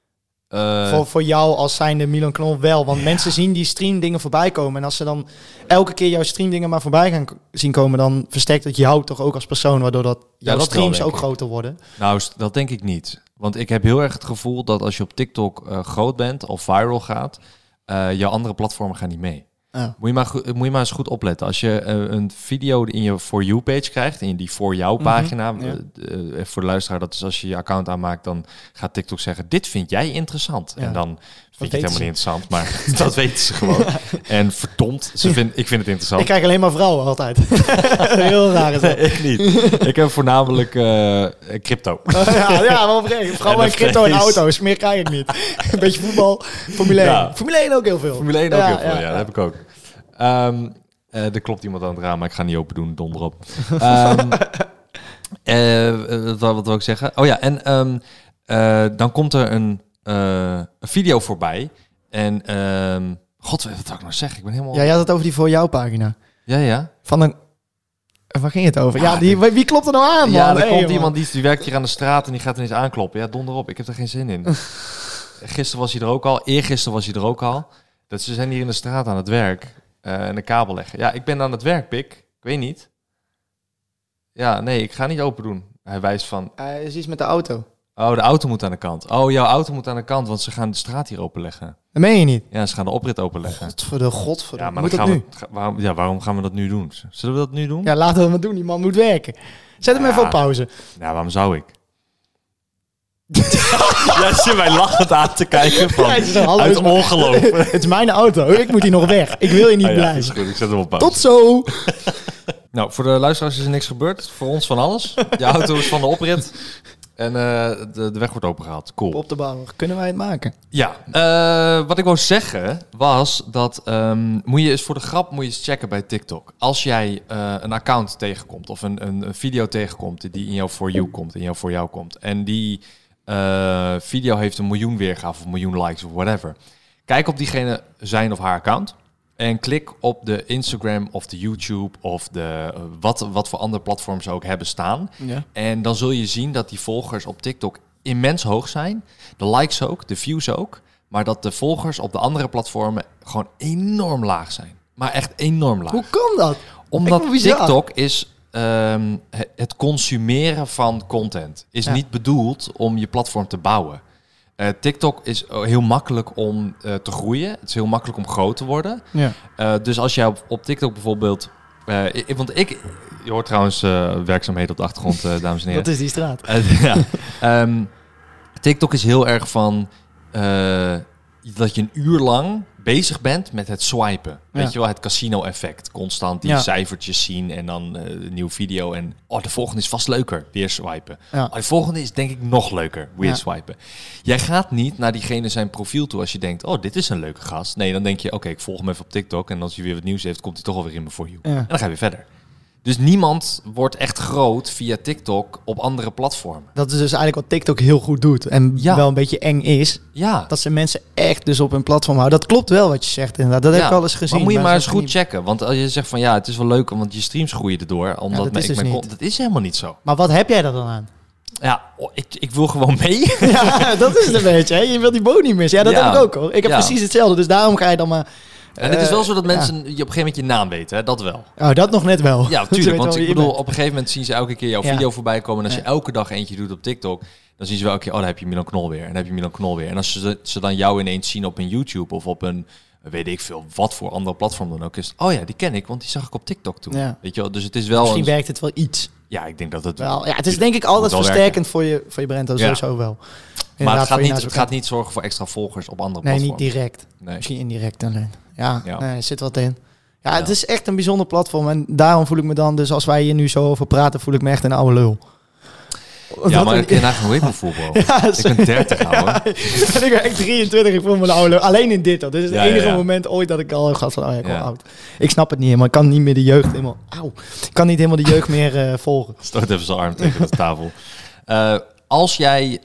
Voor jou als zijnde Milan Knol wel. Want mensen zien die streamdingen voorbij komen. En als ze dan elke keer jouw streamdingen maar voorbij gaan zien komen, dan versterkt het jou toch ook als persoon, waardoor dat jouw streams ook groter worden. Nou, dat denk ik niet. Want ik heb heel erg het gevoel dat als je op TikTok groot bent of viral gaat, jouw andere platformen gaan niet mee. Ja. Moet je maar eens goed opletten. Als je een video in je For You page krijgt, in die Voor Jou pagina, voor de luisteraar, dat is als je je account aanmaakt, dan gaat TikTok zeggen, dit vind jij interessant. Ja. En dan vind je het helemaal niet interessant, maar dat weten ze gewoon. Ja. En verdomd, ik vind het interessant. Ik krijg alleen maar vrouwen altijd. Heel raar is dat. Nee, ik niet. Ik heb voornamelijk crypto. Maar oprecht. Vrouwen en crypto en auto's. Meer krijg ik niet. Een beetje voetbal. Formule 1. Ja. Formule 1 ook heel veel. Formule 1 ook heel veel, dat heb ik ook. Er klopt iemand aan het raam, maar ik ga niet open doen. Donder op. Wat wil ik zeggen? Oh ja, en dan komt er een video voorbij. En god, wat wil ik nou zeggen? Ik ben helemaal... Ja, je had het over die Voor Jou pagina. Ja. Van een... Waar ging het over? Ja, wie klopt er nou aan, man? Ja, er komt iemand die werkt hier aan de straat en die gaat ineens aankloppen. Ja, donder op. Ik heb er geen zin in. Gisteren was hij er ook al. Eergisteren was hij er ook al. Dat ze zijn hier in de straat aan het werk en de kabel leggen. Ja, ik ben aan het werk, Pik. Ik weet niet. Ja, nee, ik ga niet open doen. Hij wijst van... is iets met de auto. Oh, de auto moet aan de kant. Oh, jouw auto moet aan de kant, want ze gaan de straat hier openleggen. Dat meen je niet. Ja, ze gaan de oprit openleggen. Godverdomme. Ja, maar moet dan dat gaan nu? waarom gaan we dat nu doen? Zullen we dat nu doen? Ja, laten we het maar doen. Die man moet werken. Zet hem even op pauze. Nou, waarom zou ik? Jij zit mij lachend aan te kijken van Ja, het is een half uit uur. ongeloof. Het is mijn auto. Ik moet hier nog weg. Ik wil hier niet Oh ja, is blijven. goed, ik zet hem op pauze. Tot zo. Nou, voor de luisteraars is er niks gebeurd. Voor ons van alles. Je auto is van de oprit. En de weg wordt opengehaald. Cool. Op de bouwer. Kunnen wij het maken? Ja, wat ik wou zeggen was dat moet je eens voor de grap eens checken bij TikTok. Als jij een account tegenkomt of een video tegenkomt die in jouw For You komt, in jouw Voor Jou komt. En die video heeft 1 miljoen weergaven of 1 miljoen likes of whatever. Kijk op diegene zijn of haar account. En klik op de Instagram of de YouTube of de wat voor andere platforms ze ook hebben staan. Ja. En dan zul je zien dat die volgers op TikTok immens hoog zijn. De likes ook, de views ook. Maar dat de volgers op de andere platformen gewoon enorm laag zijn. Maar echt enorm laag. Hoe kan dat? Omdat Ik vind het bizar. TikTok is het consumeren van content. Is niet bedoeld om je platform te bouwen. TikTok is heel makkelijk om te groeien. Het is heel makkelijk om groot te worden. Ja. Dus als jij op TikTok bijvoorbeeld... je hoort trouwens werkzaamheden op de achtergrond, dames en heren. Dat is die straat. TikTok is heel erg van dat je een uur lang bezig bent met het swipen. Weet je wel, het casino-effect. Constant die cijfertjes zien en dan een nieuwe video. En de volgende is vast leuker. Weer swipen. Ja. De volgende is denk ik nog leuker. Weer swipen. Jij gaat niet naar diegene zijn profiel toe als je denkt, dit is een leuke gast. Nee, dan denk je, oké, ik volg hem even op TikTok. En als hij weer wat nieuws heeft, komt hij toch alweer in me For You. Ja. En dan ga je weer verder. Dus niemand wordt echt groot via TikTok op andere platformen. Dat is dus eigenlijk wat TikTok heel goed doet. En wel een beetje eng is. Ja. Dat ze mensen echt dus op hun platform houden. Dat klopt wel wat je zegt inderdaad. Dat heb ik wel eens gezien. Maar moet je maar zo eens goed niet- checken. Want als je zegt van het is wel leuk, want je streams groeien erdoor. Omdat dat is dus niet. dat is helemaal niet zo. Maar wat heb jij er dan aan? Ja, ik wil gewoon mee. Ja, dat is het een beetje. Hè? Je wilt die boot niet missen. Ja, dat heb ik ook hoor. Ik heb precies hetzelfde. Dus daarom ga je dan maar... En het is wel zo dat mensen je op een gegeven moment je naam weten. Hè? Dat wel. Oh, dat nog net wel. Ja, Ze tuurlijk. weten Want wel ik wie je bedoel, bent. op een gegeven moment zien ze elke keer jouw video voorbij komen. En als je elke dag eentje doet op TikTok, dan zien ze wel elke keer, dan heb je Milan Knol weer. En dan heb je Milan Knol weer. En als ze dan jou ineens zien op een YouTube of op een, weet ik veel, wat voor andere platform dan ook is. Die ken ik, want die zag ik op TikTok toen. Ja. Weet je wel? Dus het is wel Misschien werkt het wel iets. Ja, ik denk dat het Wel, het is denk ik altijd wel versterkend voor je brand. Dat sowieso wel. Maar het Inderdaad, gaat niet zorgen voor extra volgers op andere Nee, platforms. niet direct. Nee. Misschien indirect alleen. Ja. Nee, er zit wat in. Ja, Ja. het is echt een bijzonder platform. En daarom voel ik me dan, dus als wij hier nu zo over praten, voel ik me echt een oude lul. Ja, maar ik ken hoe ik me voel, bro. Ik ben 30, ouwe. En ik ben echt 23, ik voel me een oude lul. Alleen in dit. Dit is het enige ja. moment ooit dat ik al heb gehad van, ik word oud. Ik snap het niet helemaal. Ik kan niet meer de jeugd helemaal... Ik kan niet helemaal de jeugd meer volgen. Stoot even zijn arm tegen de tafel. Als jij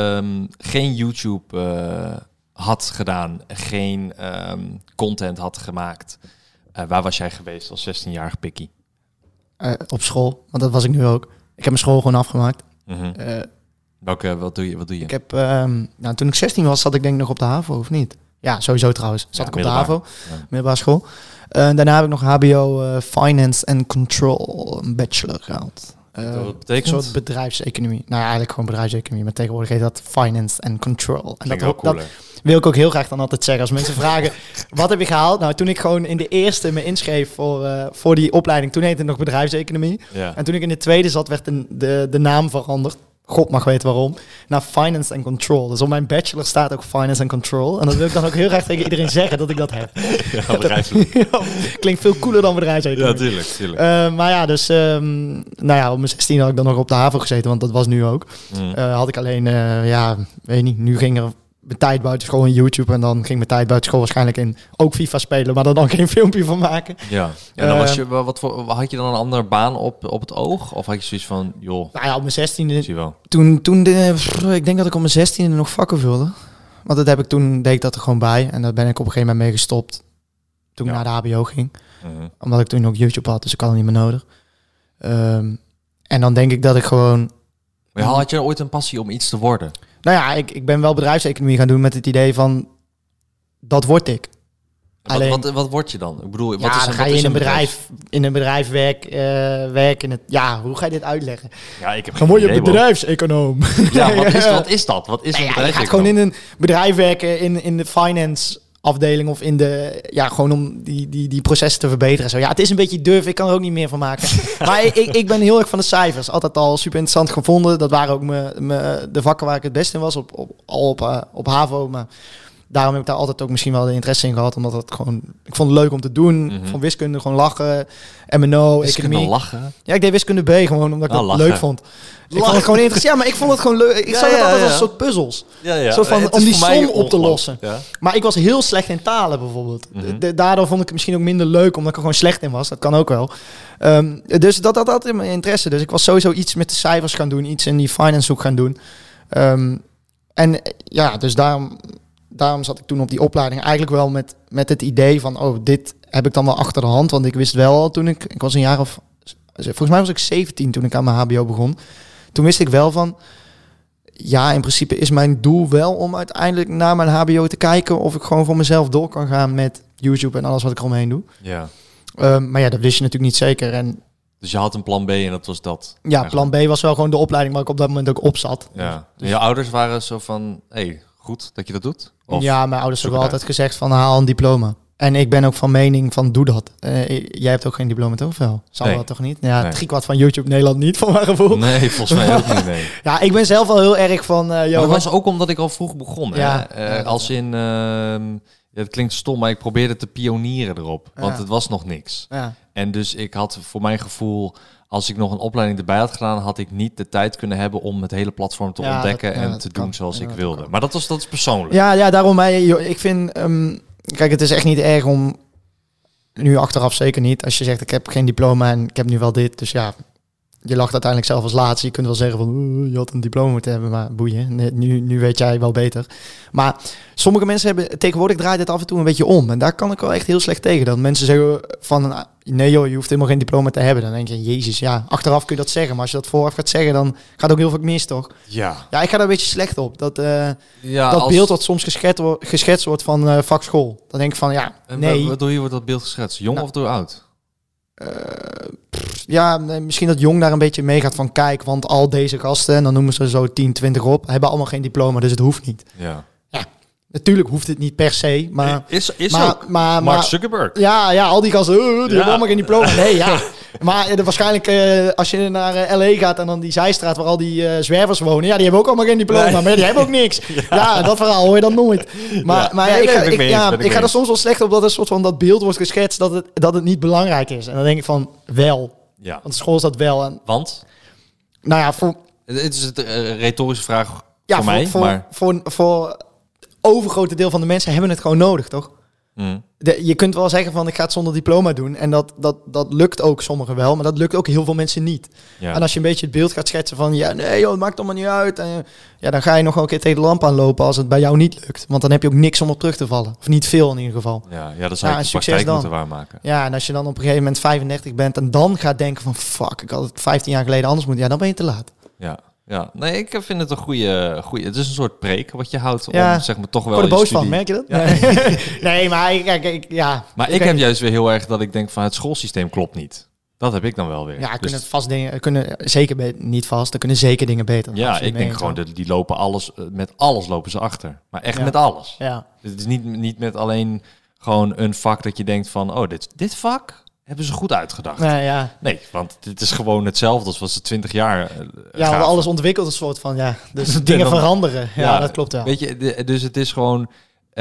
geen YouTube had gedaan, geen content had gemaakt, waar was jij geweest als 16-jarig pikkie? Op school, want dat was ik nu ook. Ik heb mijn school gewoon afgemaakt. Mm-hmm. Wat doe je? Ik heb, toen ik 16 was, zat ik denk ik nog op de HAVO, of niet? Ja, sowieso trouwens. Zat ik op de HAVO, middelbare school. Daarna heb ik nog HBO Finance and Control, een bachelor gehaald. Wat betekent? Een soort bedrijfseconomie. Nou ja, eigenlijk gewoon bedrijfseconomie, maar tegenwoordig heet dat Finance and Control. En dat wil ik ook heel graag dan altijd zeggen. Als mensen vragen, wat heb je gehaald? Nou, toen ik gewoon in de eerste me inschreef voor die opleiding, toen heette het nog bedrijfseconomie. Ja. En toen ik in de tweede zat, werd de naam veranderd. God mag weten waarom. Naar Finance and Control. Dus op mijn bachelor staat ook Finance and Control. En dat wil ik dan ook heel graag tegen iedereen zeggen dat ik dat heb. Ja, bedrijfselijk. Klinkt veel cooler dan bedrijfseconomie. Ja, tuurlijk. Maar ja, dus op mijn 16 had ik dan nog op de HAVO gezeten, want dat was nu ook. Had ik alleen, weet niet, nu ging er mijn tijd buiten school in YouTube en dan ging mijn tijd buiten school waarschijnlijk in ook FIFA spelen, maar dan geen filmpje van maken. Ja. En dan was je, had je dan een andere baan op het oog? Of had je zoiets van, joh, Nou ja, op mijn 16e, zie je wel. ik denk dat ik op mijn 16e nog vakken vulde. Want dat heb ik toen, deed ik dat er gewoon bij en daar ben ik op een gegeven moment mee gestopt toen ik naar de HBO ging. Mm-hmm. Omdat ik toen ook YouTube had, dus ik had het niet meer nodig. En dan denk ik dat ik gewoon... Maar had je ooit een passie om iets te worden? Nou ja, ik ben wel bedrijfseconomie gaan doen met het idee van, dat word ik. Alleen, Wat word je dan? Ik bedoel, wat ja, is dan ga je wat is in een bedrijf werken. Ja, hoe ga je dit uitleggen? Ja, ik heb Dan geen word je idee, man. bedrijfseconoom. Ja, wat is dat? Wat is een Je bedrijf? gaat gewoon in een bedrijf werken in de finance afdeling of in de, ja, gewoon om die processen te verbeteren en zo. Ja, het is een beetje durf, ik kan er ook niet meer van maken. Maar ik ben heel erg van de cijfers. Altijd al super interessant gevonden. Dat waren ook de vakken waar ik het best in was, op HAVO, maar daarom heb ik daar altijd ook misschien wel de interesse in gehad, omdat het gewoon, ik vond het leuk om te doen. Ik vond wiskunde gewoon lachen, MNO, economie. Lachen? Ja, ik deed wiskunde B gewoon omdat ik het lachen. leuk vond. Ik vond het gewoon interessant. Ja, maar ik vond het gewoon leuk. Ik zag het altijd als een soort puzzels. Ja. Soort van, Het om is die voor mij som op te ongelooflijk. lossen. Ja. Maar ik was heel slecht in talen bijvoorbeeld. Daardoor vond ik het misschien ook minder leuk, omdat ik er gewoon slecht in was. Dat kan ook wel. Dus dat had in mijn interesse. Dus ik was sowieso iets met de cijfers gaan doen. Iets in die finance hoek gaan doen. En ja, dus daarom zat ik toen op die opleiding eigenlijk wel met het idee van, oh, dit heb ik dan wel achter de hand. Want ik wist wel al toen ik was een jaar of, volgens mij was ik 17 toen ik aan mijn HBO begon. Toen wist ik wel van, ja, in principe is mijn doel wel om uiteindelijk naar mijn HBO te kijken of ik gewoon voor mezelf door kan gaan met YouTube en alles wat ik eromheen doe. Ja. Maar ja, dat wist je natuurlijk niet zeker. En Dus je had een plan B en dat was dat. ja, plan B was wel gewoon de opleiding waar ik op dat moment ook op zat. Ja. En je ouders waren zo van, hey, goed dat je dat doet? Of Ja, mijn ouders zoek hebben het altijd gezegd van haal een diploma. En ik ben ook van mening van doe dat. Jij hebt ook geen diploma toch wel? Zal Nee. dat toch niet? Ja, Nee. 3/4 van YouTube Nederland niet, van mijn gevoel. Nee, volgens mij ook niet, nee. Ja, ik ben zelf wel heel erg van... Maar dat was ook omdat ik al vroeg begon. Ja. Hè? Ja, als in, het klinkt stom, maar ik probeerde te pionieren erop. Want Ja. het was nog niks. Ja. En dus ik had voor mijn gevoel, als ik nog een opleiding erbij had gedaan, had ik niet de tijd kunnen hebben om het hele platform te Ja, ontdekken dat- ja, en dat te kan. doen zoals Ja, ik dat wilde. kan. Maar dat is persoonlijk. Ja, daarom ik vind... kijk, het is echt niet erg om... Nu achteraf zeker niet. Als je zegt, ik heb geen diploma en ik heb nu wel dit. Dus ja, je lacht uiteindelijk zelf als laatste. Je kunt wel zeggen van, je had een diploma moeten hebben. Maar boeien, nee, nu weet jij wel beter. Maar sommige mensen hebben... Tegenwoordig draait het af en toe een beetje om. En daar kan ik wel echt heel slecht tegen. Dat mensen zeggen van... Nee joh, je hoeft helemaal geen diploma te hebben. Dan denk je, jezus, ja, achteraf kun je dat zeggen. Maar als je dat vooraf gaat zeggen, dan gaat ook heel veel mis, toch? Ja. Ja, ik ga daar een beetje slecht op. Dat Ja, dat beeld wat soms geschetst wordt van vakschool. Dan denk ik van, ja, En nee. wat doe je, wordt dat beeld geschetst? Jong Nou, of door oud? Ja, misschien dat Jong daar een beetje mee gaat van, kijk, want al deze gasten, en dan noemen ze zo 10, 20 op, hebben allemaal geen diploma, dus het hoeft niet. Ja. Natuurlijk hoeft het niet per se, maar... Is maar- ook. maar- Mark maar- Zuckerberg. Ja, al die gasten, die hebben allemaal geen diploma. Nee, ja. Ja. Maar waarschijnlijk, als je naar L.A. gaat en dan die zijstraat waar al die zwervers wonen, ja, die hebben ook allemaal geen diploma, Nee. maar die hebben ook niks. Ja, dat verhaal hoor je dan nooit. Maar Ja. maar ja, Nee, ik nee, ga, ben ik mee eens, ben ik ik mee ga er eens. soms wel slecht op dat een soort van dat beeld wordt geschetst dat het niet belangrijk is. En dan denk ik van, wel. Ja. Want school is dat wel. En, Want? nou ja, voor... Het is een retorische vraag Ja, voor mij, maar... voor overgrote deel van de mensen hebben het gewoon nodig, toch? Mm. Je kunt wel zeggen van ik ga het zonder diploma doen. En dat lukt ook sommigen wel, maar dat lukt ook heel veel mensen niet. Ja. En als je een beetje het beeld gaat schetsen van ja, nee joh, het maakt allemaal niet uit. En, ja, dan ga je nog wel een keer tegen de lamp aanlopen als het bij jou niet lukt. Want dan heb je ook niks om op terug te vallen. Of niet veel in ieder geval. Ja, dat zou Ja, ik en de succes praktijk dan. moeten waarmaken. Ja, en als je dan op een gegeven moment 35 bent en dan gaat denken van fuck, ik had het 15 jaar geleden anders moeten. Ja, dan ben je te laat. Ja, nee, ik vind het een goede. Het is een soort preek wat je houdt Ja. om, zeg maar, toch wel Ik word er je boos van, studie- merk je dat? Nee, nee maar ja. Maar ik heb juist weer heel erg dat ik denk van het schoolsysteem klopt niet. Dat heb ik dan wel weer. Ja, Dus- kunnen vast dingen, kunnen zeker niet vast, er kunnen zeker dingen beter. ja, Absoluut ik denk mee gewoon eens, dat die lopen alles, met alles lopen ze achter. Maar echt Ja. met alles. Ja. Het is niet met alleen gewoon een vak dat je denkt van, oh, dit vak hebben ze goed uitgedacht. Nee, ja. Nee, want dit is gewoon hetzelfde als wat ze 20 jaar Ja, gaven. want alles ontwikkelt een soort van, ja. Dus Dan- dingen veranderen. Ja, Ja, dat klopt wel. Weet je, dus het is gewoon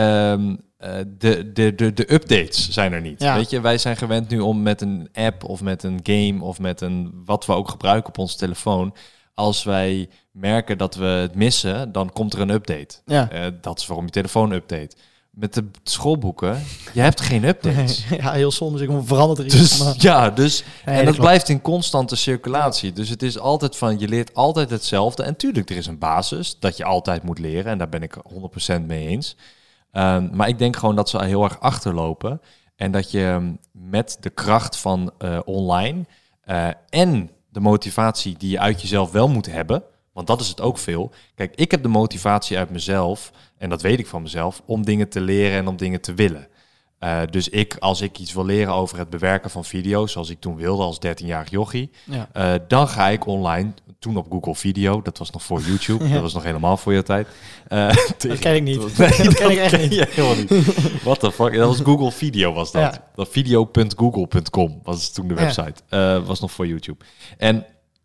de updates zijn er niet. Ja. Weet je, wij zijn gewend nu om met een app of met een game of met een wat we ook gebruiken op onze telefoon. Als wij merken dat we het missen, dan komt er een update. Ja. Dat is waarom je telefoon update. Met de schoolboeken, je hebt geen updates. Ja, heel soms. Ik verandert er iets. Dus maar- ja, dus Nee, en dat klopt. blijft in constante circulatie. Dus het is altijd van, je leert altijd hetzelfde. En tuurlijk, er is een basis dat je altijd moet leren. En daar ben ik 100% mee eens. Maar ik denk gewoon dat ze heel erg achterlopen. En dat je met de kracht van online en de motivatie die je uit jezelf wel moet hebben, want dat is het ook veel. Kijk, ik heb de motivatie uit mezelf, en dat weet ik van mezelf, om dingen te leren en om dingen te willen. Dus als ik iets wil leren over het bewerken van video's, zoals ik toen wilde als 13-jarig jochie, dan ga ik online, toen op Google Video, dat was nog voor YouTube, dat was nog helemaal voor je tijd. Dat ken ik niet. Nee, dat ken ik echt niet. Helemaal niet. What the fuck? Dat was Google Video was dat. Ja. Dat video.google.com was toen de website. Was nog voor YouTube. En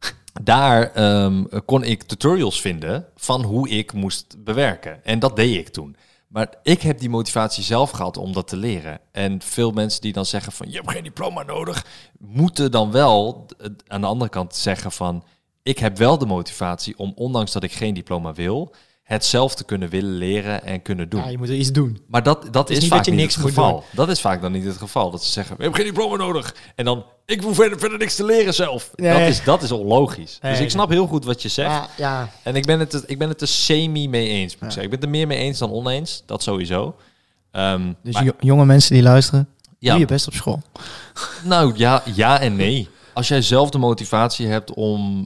daar kon ik tutorials vinden van hoe ik moest bewerken. En dat deed ik toen. Maar ik heb die motivatie zelf gehad om dat te leren. En veel mensen die dan zeggen van, je hebt geen diploma nodig, moeten dan wel aan de andere kant zeggen van, ik heb wel de motivatie om, ondanks dat ik geen diploma wil, het zelf te kunnen willen leren en kunnen doen. Ja, je moet er iets doen. Maar dat is niet vaak dat je niet niks het moet geval. doen. Dat is vaak dan niet het geval. Dat ze zeggen, we hebben geen diploma nodig. En dan, ik hoef verder niks te leren zelf. Nee. Dat is onlogisch. Nee, dus ik snap heel goed wat je zegt. Maar, ja. En ik ben het er semi mee eens. Moet ik zeggen. Ik ben het er meer mee eens dan oneens. Dat sowieso. Dus maar- jonge mensen die luisteren, Ja. doe je best op school. Nou ja en nee. Als jij zelf de motivatie hebt om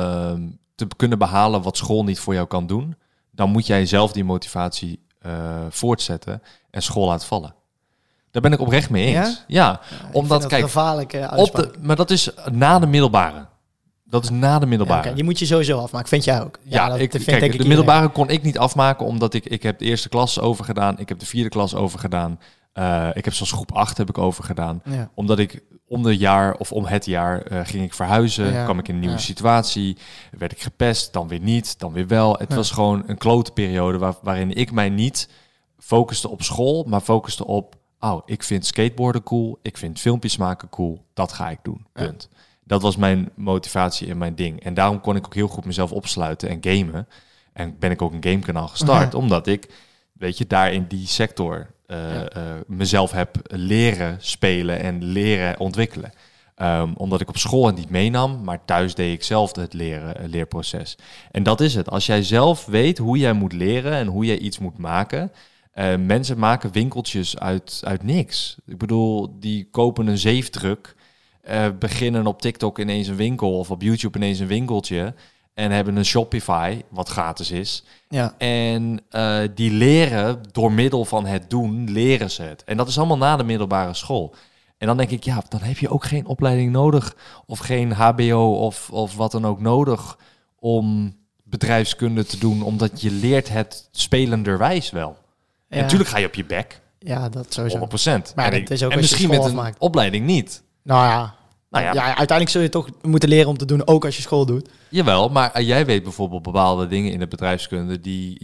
te kunnen behalen wat school niet voor jou kan doen, dan moet jij zelf die motivatie voortzetten en school laten vallen. Daar ben ik oprecht mee eens. Ja, omdat kijk, gevaarlijke uitspraak. maar dat is na de middelbare. Dat is na de Ja, middelbare. oké, die moet je sowieso afmaken, vind jij ook? Ja, dat ik, vind kijk, denk ik de middelbare kon ik niet afmaken, omdat ik heb de eerste klas overgedaan. Ik heb de vierde klas overgedaan. Ik heb zelfs groep 8 heb ik overgedaan. Ja. Omdat ik om het jaar ging ik verhuizen. Ja. Kwam ik in een nieuwe situatie. Werd ik gepest, dan weer niet, dan weer wel. Het was gewoon een klote periode waarin ik mij niet focuste op school, maar focuste op, ik vind skateboarden cool. Ik vind filmpjes maken cool. Dat ga ik doen. Punt. Dat was mijn motivatie en mijn ding. En daarom kon ik ook heel goed mezelf opsluiten en gamen. En ben ik ook een gamekanaal gestart. Omdat ik, daar in die sector mezelf heb leren spelen en leren ontwikkelen. Omdat ik op school het niet meenam, maar thuis deed ik zelf het leerproces. En dat is het. Als jij zelf weet hoe jij moet leren en hoe jij iets moet maken. Mensen maken winkeltjes uit niks. Ik bedoel, die kopen een zeefdruk, beginnen op TikTok ineens een winkel of op YouTube ineens een winkeltje en hebben een Shopify, wat gratis is. Ja. En die leren door middel van het doen, leren ze het. En dat is allemaal na de middelbare school. En dan denk ik, dan heb je ook geen opleiding nodig of geen HBO of wat dan ook nodig om bedrijfskunde te doen, omdat je leert het spelenderwijs wel. Ja. En natuurlijk ga je op je bek, Ja, dat sowieso. 100%. Maar en dat is ook en als je misschien school met een afmaakt. opleiding niet. Nou ja. Nou ja. Ja, uiteindelijk zul je toch moeten leren om te doen, ook als je school doet. Jawel, maar jij weet bijvoorbeeld bepaalde dingen in de bedrijfskunde die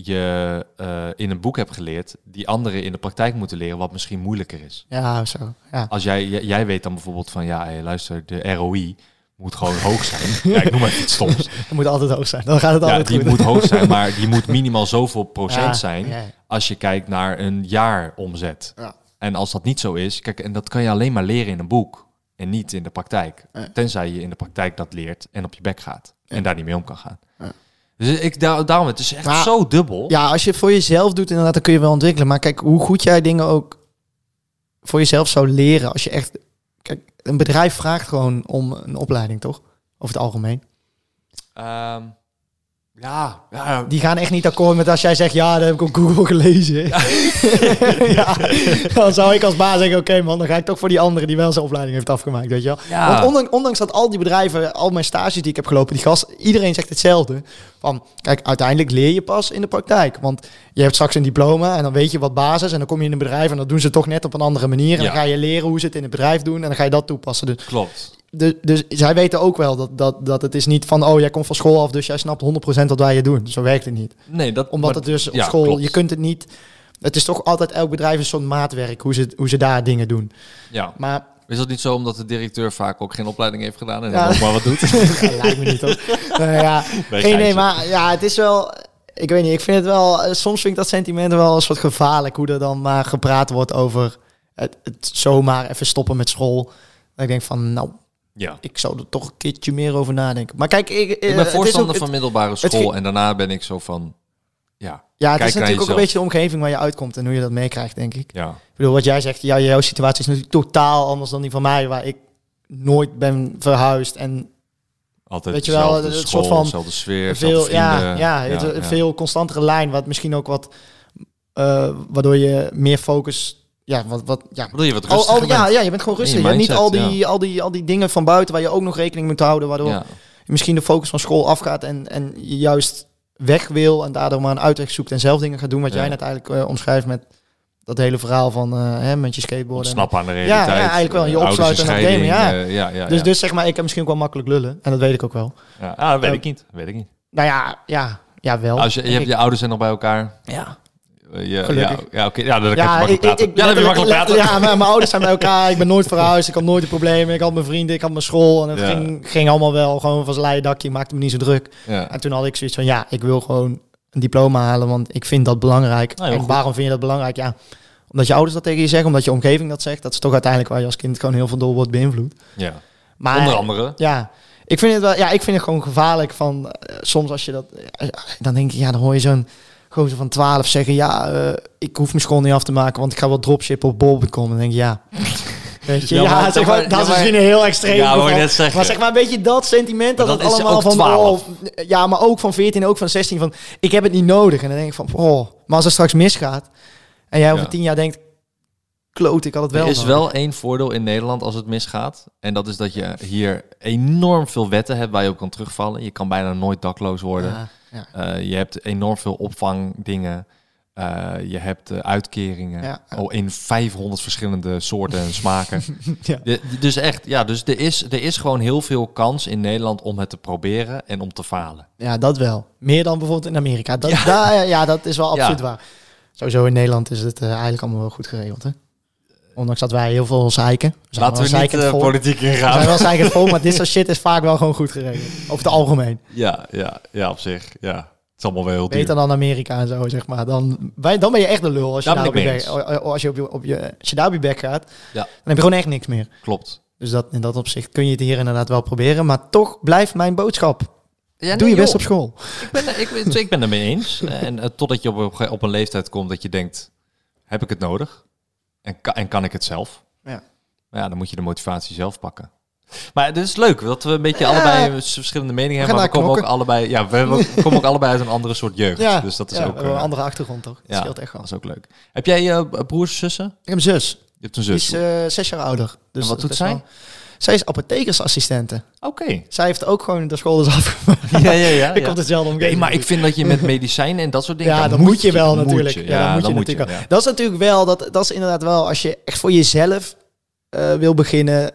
je in een boek hebt geleerd, die anderen in de praktijk moeten leren, wat misschien moeilijker is. Ja, zo. Ja. Als jij weet dan bijvoorbeeld van, luister, de ROI moet gewoon hoog zijn. Ja, ik noem maar iets stoms. Dat moet altijd hoog zijn. Dan gaat het Ja, altijd die goed. moet hoog zijn, maar die moet minimaal zoveel procent Ja, zijn ja. als je kijkt naar een jaaromzet. Ja. En als dat niet zo is, kijk, en dat kan je alleen maar leren in een boek en niet in de praktijk. Tenzij je in de praktijk dat leert en op je bek gaat en daar niet mee om kan gaan. Dus daarom, het is echt Maar- zo dubbel. Ja, als je het voor jezelf doet, inderdaad, dan kun je wel ontwikkelen. Maar kijk, hoe goed jij dingen ook voor jezelf zou leren. Als je echt... Kijk, een bedrijf vraagt gewoon om een opleiding, toch? Over het algemeen. Ja, Die gaan echt niet akkoord met als jij zegt, ja, dat heb ik op Google gelezen. Ja, dan zou ik als baas zeggen, oké man, dan ga ik toch voor die andere die wel zijn opleiding heeft afgemaakt, weet je wel. Ja. Want ondanks dat al die bedrijven, al mijn stages die ik heb gelopen, die gast, iedereen zegt hetzelfde. Van, kijk, uiteindelijk leer je pas in de praktijk. Want je hebt straks een diploma en dan weet je wat basis en dan kom je in een bedrijf en dat doen ze toch net op een andere manier. En Ja. dan ga je leren hoe ze het in het bedrijf doen en dan ga je dat toepassen. Dus klopt. dus zij weten ook wel dat het is niet van, jij komt van school af, dus jij snapt 100% wat wij je doen. Zo werkt het niet. Nee, Omdat het dus op school, klopt. je kunt het niet... Het is toch altijd elk bedrijf een soort maatwerk, hoe ze daar dingen doen. Ja. Maar Is dat niet zo omdat de directeur vaak ook geen opleiding heeft gedaan en Ja. dan ook maar wat doet? dat lijkt me niet, toch? Nee, geintje. maar ja, het is wel... Ik weet niet, ik vind het wel... Soms vind ik dat sentiment wel een soort gevaarlijk, hoe er dan maar gepraat wordt over het zomaar even stoppen met school. Dat ik denk van, nou, Ja. ik zou er toch een keertje meer over nadenken. Maar kijk, Ik ben het is voorstander ook- van middelbare school en daarna ben ik zo van, Ja, het kijk is naar natuurlijk ook een jezelf. beetje de omgeving waar je uitkomt en hoe je dat meekrijgt, denk ik. Ja. Ik bedoel, wat jij zegt, jouw situatie is natuurlijk totaal anders dan die van mij, waar ik nooit ben verhuisd en Altijd weet je wel, dezelfde het school, soort van dezelfde sfeer, veel, dezelfde vrienden. veel constantere lijn, wat misschien ook wat, waardoor je meer focus Bedoel je wat rustiger je bent gewoon rustig. Je hebt niet al die dingen van buiten waar je ook nog rekening moet houden, waardoor misschien de focus van school afgaat en je juist weg wil en daardoor maar een uitweg zoekt en zelf dingen gaat doen, wat jij net eigenlijk omschrijft met dat hele verhaal van met je skateboarden. Ontsnappen aan de realiteit. Ja, eigenlijk wel. En je opsluiten en dat gamen. Dus zeg maar, ik heb misschien ook wel makkelijk lullen. En dat weet ik ook wel. Ja, dat weet ik niet. Nou ja, wel. Als je hebt je ouders zijn nog bij elkaar. Ja. Gelukkig. Ja, oké. Ja, dan kan je makkelijk praten. Dan heb je makkelijk praten. Ja, mijn ouders zijn bij elkaar. Ik ben nooit verhuisd. Ik had nooit de problemen. Ik had mijn vrienden. Ik had mijn school. En het ging allemaal wel gewoon van zijn leien dakje. Maakte me niet zo druk. Ja. En toen had ik zoiets van, ik wil gewoon een diploma halen. Want ik vind dat belangrijk. En waarom vind je dat belangrijk? Ja, omdat je ouders dat tegen je zeggen. Omdat je omgeving dat zegt. Dat is toch uiteindelijk waar je als kind gewoon heel veel door wordt beïnvloed. Ja, maar, onder andere. Ja, ik vind het wel. Ja, ik vind het gewoon gevaarlijk van soms als je dat. Dan denk je, dan hoor je zo'n gozer van 12 zeggen, ik hoef mijn school niet af te maken, want ik ga wel dropshippen op bol.com. En dan denk je, weet je, dat is misschien een heel extreem. Ja, maar zeg maar een beetje dat sentiment dat het allemaal van 12. Maar ook van 14, ook van 16 van ik heb het niet nodig. En dan denk ik van, maar als het straks misgaat en jij over 10 jaar denkt, kloot, ik had het wel. Er is wel één voordeel in Nederland als het misgaat. En dat is dat je hier enorm veel wetten hebt waar je op kan terugvallen. Je kan bijna nooit dakloos worden. Je hebt enorm veel opvangdingen. Je hebt uitkeringen. In 500 verschillende soorten en smaken. Dus echt, dus er is gewoon heel veel kans in Nederland om het te proberen en om te falen. Ja, dat wel. Meer dan bijvoorbeeld in Amerika. Dat is wel absoluut waar. Sowieso in Nederland is het eigenlijk allemaal wel goed geregeld, hè? Ondanks dat wij heel veel zeiken. Laten we niet politiek ingaan. We zijn wel zeikend vol, maar dit soort shit is vaak wel gewoon goed geregeld. Over het algemeen. Ja, op zich. Ja. Het is allemaal wel heel duur. Beter dan Amerika en zo, zeg maar. Dan ben je echt een lul als je daar op je bek gaat. Ja. Dan heb je gewoon echt niks meer. Klopt. Dus dat, in dat opzicht kun je het hier inderdaad wel proberen. Maar toch blijft mijn boodschap. Doe je best op school. Ik ben het mee eens. En totdat je op een leeftijd komt dat je denkt, heb ik het nodig? En kan ik het zelf? Ja. Maar dan moet je de motivatie zelf pakken. Maar het is leuk dat we een beetje allebei verschillende meningen hebben. Maar we komen ook allebei, we komen ook allebei uit een andere soort jeugd. Ja. Dus dat is ook een andere achtergrond, toch? Dat scheelt echt wel. Dat is ook leuk. Heb jij broers of zussen? Ik heb een zus. Je hebt een zus. Die is 6 jaar ouder. Dus en wat doet zij? Zij is apothekersassistente. Oké. Zij heeft ook gewoon de school dus afgemaakt. Ja. Ik komt hetzelfde omgeving. Nee, maar ik vind dat je met medicijnen en dat soort dingen... Ja, dat moet je wel natuurlijk. Dat is natuurlijk wel, dat is inderdaad wel, als je echt voor jezelf wil beginnen,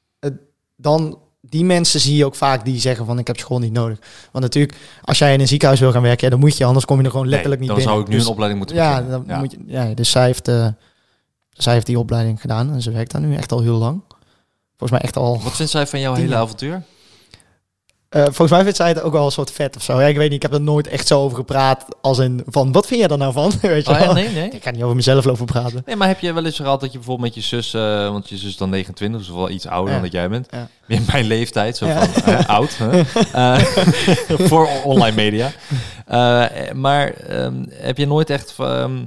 dan die mensen zie je ook vaak die zeggen van ik heb school niet nodig. Want natuurlijk, als jij in een ziekenhuis wil gaan werken, dan moet je, anders kom je er gewoon letterlijk niet binnen. Dan zou ik nu een opleiding moeten beginnen. Moet je, dus zij heeft die opleiding gedaan en ze werkt daar nu echt al heel lang. Volgens mij echt al... Wat vindt zij van jouw hele avontuur? Volgens mij vindt zij het ook wel een soort vet of zo. Ja, ik weet niet, ik heb er nooit echt zo over gepraat als in van, wat vind jij er nou van? Weet je wel? Nee. Ik ga niet over mezelf lopen praten. Nee, maar heb je wel eens gehad dat je bijvoorbeeld met je zus, want je zus is dan 29, dus wel iets ouder dan dat jij bent. Ja. Meer mijn leeftijd, zo van oud. Voor online media. Maar heb je nooit echt...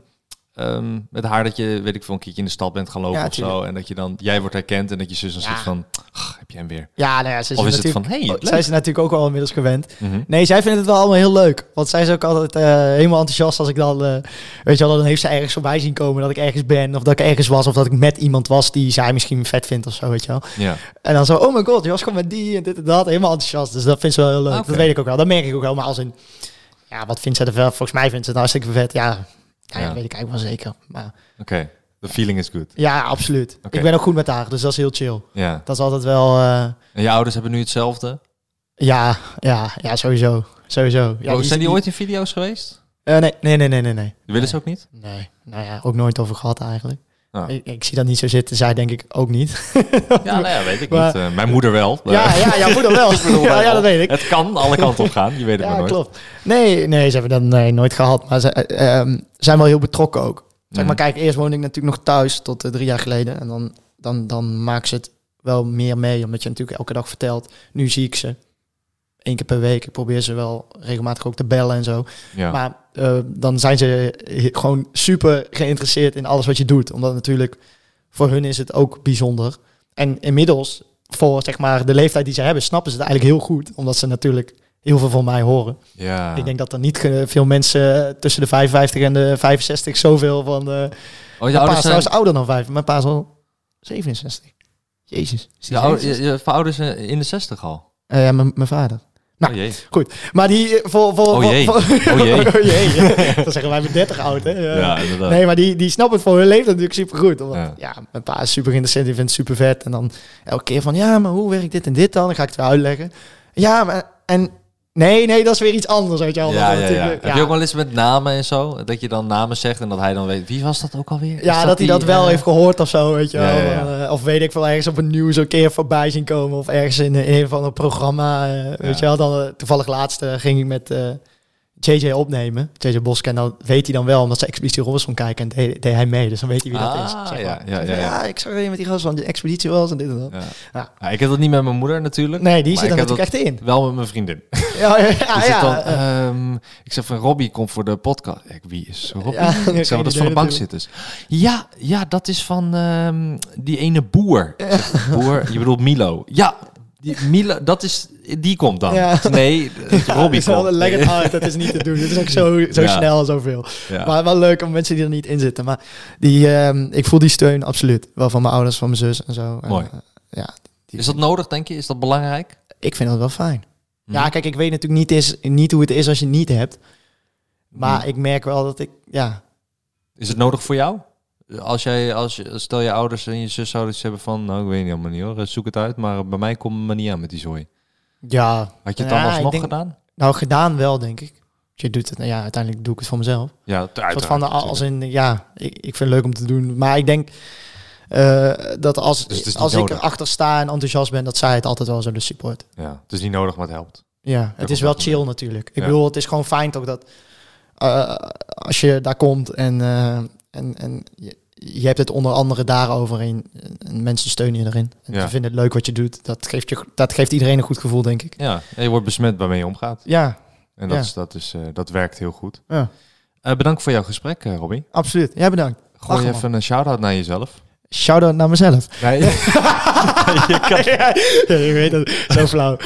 met haar dat je, weet ik veel, een keertje in de stad bent gaan lopen of zo. En dat je dan, jij wordt herkend en dat je zus dan zegt van, heb jij hem weer? Ja, nou ja, of is het van, zij is natuurlijk ook al inmiddels gewend. Mm-hmm. Nee, zij vindt het wel allemaal heel leuk. Want zij is ook altijd helemaal enthousiast als ik dan, weet je wel, dan heeft ze ergens voorbij zien komen dat ik ergens ben. Of dat ik ergens was. Of dat ik met iemand was die zij misschien vet vindt of zo, weet je wel. Ja. En dan zo, oh my god, je was gewoon met die en dit en dat. Helemaal enthousiast. Dus dat vindt ze wel heel leuk. Okay. Dat weet ik ook wel. Dat merk ik ook wel. Maar als in, wat vindt ze er wel? Volgens mij vindt ze het hartstikke vet. Ja, dat weet ik eigenlijk wel zeker. Oké, the feeling is good. Ja, absoluut. Okay. Ik ben ook goed met haar, dus dat is heel chill. Ja. Dat is altijd wel... En je ouders hebben nu hetzelfde? Ja, sowieso. Ja, zijn die ooit in video's geweest? Nee. Willen ze ook niet? Nee, nou ja, ook nooit over gehad eigenlijk. Oh. Ik zie dat niet zo zitten, zij denk ik ook niet. Weet ik niet. Mijn moeder wel. Jouw moeder wel. ja, dat weet ik. Het kan alle kanten op gaan, je weet het maar nooit. Klopt. Nee, ze hebben dat nooit gehad. Maar ze zijn wel heel betrokken ook. Zeg maar, kijk, eerst woonde ik natuurlijk nog thuis tot 3 jaar geleden. En dan maakt ze het wel meer mee, omdat je natuurlijk elke dag vertelt. Nu zie ik ze 1 keer per week. Ik probeer ze wel regelmatig ook te bellen en zo. Ja. Maar dan zijn ze gewoon super geïnteresseerd in alles wat je doet. Omdat natuurlijk voor hun is het ook bijzonder. En inmiddels, voor zeg maar de leeftijd die ze hebben, snappen ze het eigenlijk heel goed. Omdat ze natuurlijk heel veel van mij horen. Ja. Ik denk dat er niet veel mensen tussen de 55 en de 65 zoveel van je Mijn pa ouders is trouwens ouder dan 5. Mijn pa is al 67. Jezus. Is die 67? je ouders in de 60 al? Ja, mijn vader. Nou, oh jee. goed. Maar die... Oh jee. oh jee. Dan zeggen wij met 30 oud, hè? Ja, inderdaad. Nee, maar die snappen het voor hun leeftijd natuurlijk supergoed. Omdat, Ja. mijn pa is super geïnteresseerd. Die vindt het super vet. En dan elke keer van... Ja, maar hoe werkt dit en dit dan? Dan ga ik het weer uitleggen. Ja, maar... En... Nee, dat is weer iets anders, weet je wel. Ja. Natuurlijk, Heb je ook wel eens met namen en zo? Dat je dan namen zegt en dat hij dan weet... Wie was dat ook alweer? Ja, dat hij dat wel heeft gehoord of zo, weet je wel. Ja. Of weet ik veel, ergens op een nieuws een keer voorbij zien komen. Of ergens in een van een programma, weet je wel. Dan toevallig laatst ging ik met JJ opnemen. JJ Bosk. En dan weet hij dan wel, omdat ze Expeditie Robinson kijken. En deed hij mee, dus dan weet hij wie dat is. Zeg maar. Ja, ik zag je met die gast van de Expeditie was en dit en dat. Ja, ik heb dat niet met mijn moeder natuurlijk. Nee, die maar zit er ik heb natuurlijk echt in. Wel met mijn vriendin. Ik zeg van Robbie komt voor de podcast. Wie is Robbie? Ja, ik zeg, dat is van de bankzitters. Ja, dat is van die ene boer. Zeg, boer, je bedoelt Milo. Ja, Milo, die komt dan. Ja. Nee, Robbie komt. Leg het uit, dat is niet te doen. Dit is ook zo snel en zoveel. Ja. Maar wel leuk om mensen die er niet in zitten. Maar ik voel die steun absoluut. Wel van mijn ouders, van mijn zus en zo. Mooi. Is dat nodig, denk je? Is dat belangrijk? Ik vind dat wel fijn. Ja, kijk, ik weet natuurlijk niet hoe het is als je het niet hebt. Maar ik merk wel dat ik, Is het nodig voor jou? Stel je ouders en je zus zouden iets hebben van... Nou, ik weet niet helemaal niet hoor, zoek het uit. Maar bij mij komt het maar niet aan met die zooi. Ja. Had je het dan alsnog gedaan? Nou, gedaan wel, denk ik. Je doet het, uiteindelijk doe ik het voor mezelf. Ja, uiteraard. Als in, ik vind het leuk om te doen. Maar ik denk dat als ik erachter sta en enthousiast ben, dat zij het altijd wel zullen supporten. Ja, het is niet nodig, maar het helpt. Ja, het is wel chill natuurlijk. Ik bedoel, het is gewoon fijn toch dat als je daar komt en je hebt het onder andere daarover en mensen steunen je erin. En ze vinden het leuk wat je doet. Dat geeft iedereen een goed gevoel, denk ik. Ja, en je wordt besmet waarmee je omgaat. Ja. En dat werkt heel goed. Ja. Bedankt voor jouw gesprek, Robbie. Absoluut. Ja, bedankt. Gooi je even een shout-out naar jezelf. Shout-out naar mezelf. Nee. Je weet het. Zo flauw.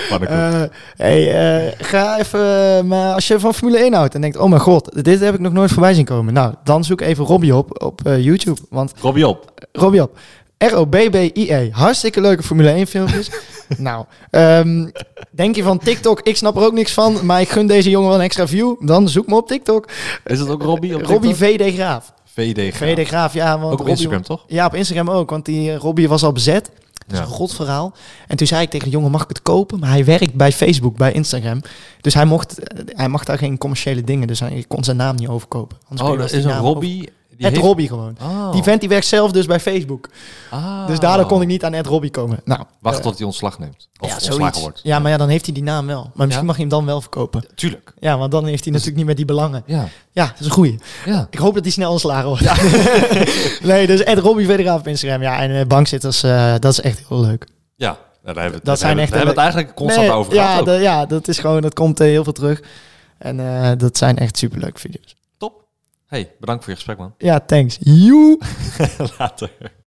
Ga even... maar als je van Formule 1 houdt en denkt... Oh mijn god, dit heb ik nog nooit voorbij zien komen. Nou, dan zoek even Robbie op YouTube. Want Robbie op. ROBBIE. Hartstikke leuke Formule 1 filmpjes. Nou, denk je van TikTok, ik snap er ook niks van, maar ik gun deze jongen wel een extra view. Dan zoek me op TikTok. Is dat ook Robbie op TikTok? Robbie VD Graaf. VD Graaf, ja. Want ook op Instagram, toch? Ja, op Instagram ook, want die Robbie was al bezet. Dat is een godverhaal. En toen zei ik tegen de jongen, mag ik het kopen? Maar hij werkt bij Facebook, bij Instagram. Dus hij mag daar geen commerciële dingen. Dus hij kon zijn naam niet overkopen. Dat is een Robbie... Robbie gewoon. Oh. Die vent die werkt zelf dus bij Facebook. Dus daardoor kon ik niet aan Robbie komen. Nou, wacht tot hij ontslag neemt. Of ontslagen wordt. Ja, maar dan heeft hij die naam wel. Maar misschien mag hij hem dan wel verkopen. Tuurlijk. Ja, want dan heeft hij natuurlijk niet meer die belangen. Ja, dat is een goeie. Ja. Ik hoop dat hij snel ontslagen wordt. Ja. Nee, dus Robbie Federaaf op Instagram. Ja, en bankzitters, dat is echt heel leuk. Ja, daar hebben we het eigenlijk constant over gehad. Dat is gewoon, dat komt heel veel terug. En dat zijn echt superleuke video's. Top. Hey, bedankt voor je gesprek, man. Ja, thanks. Joe. Later.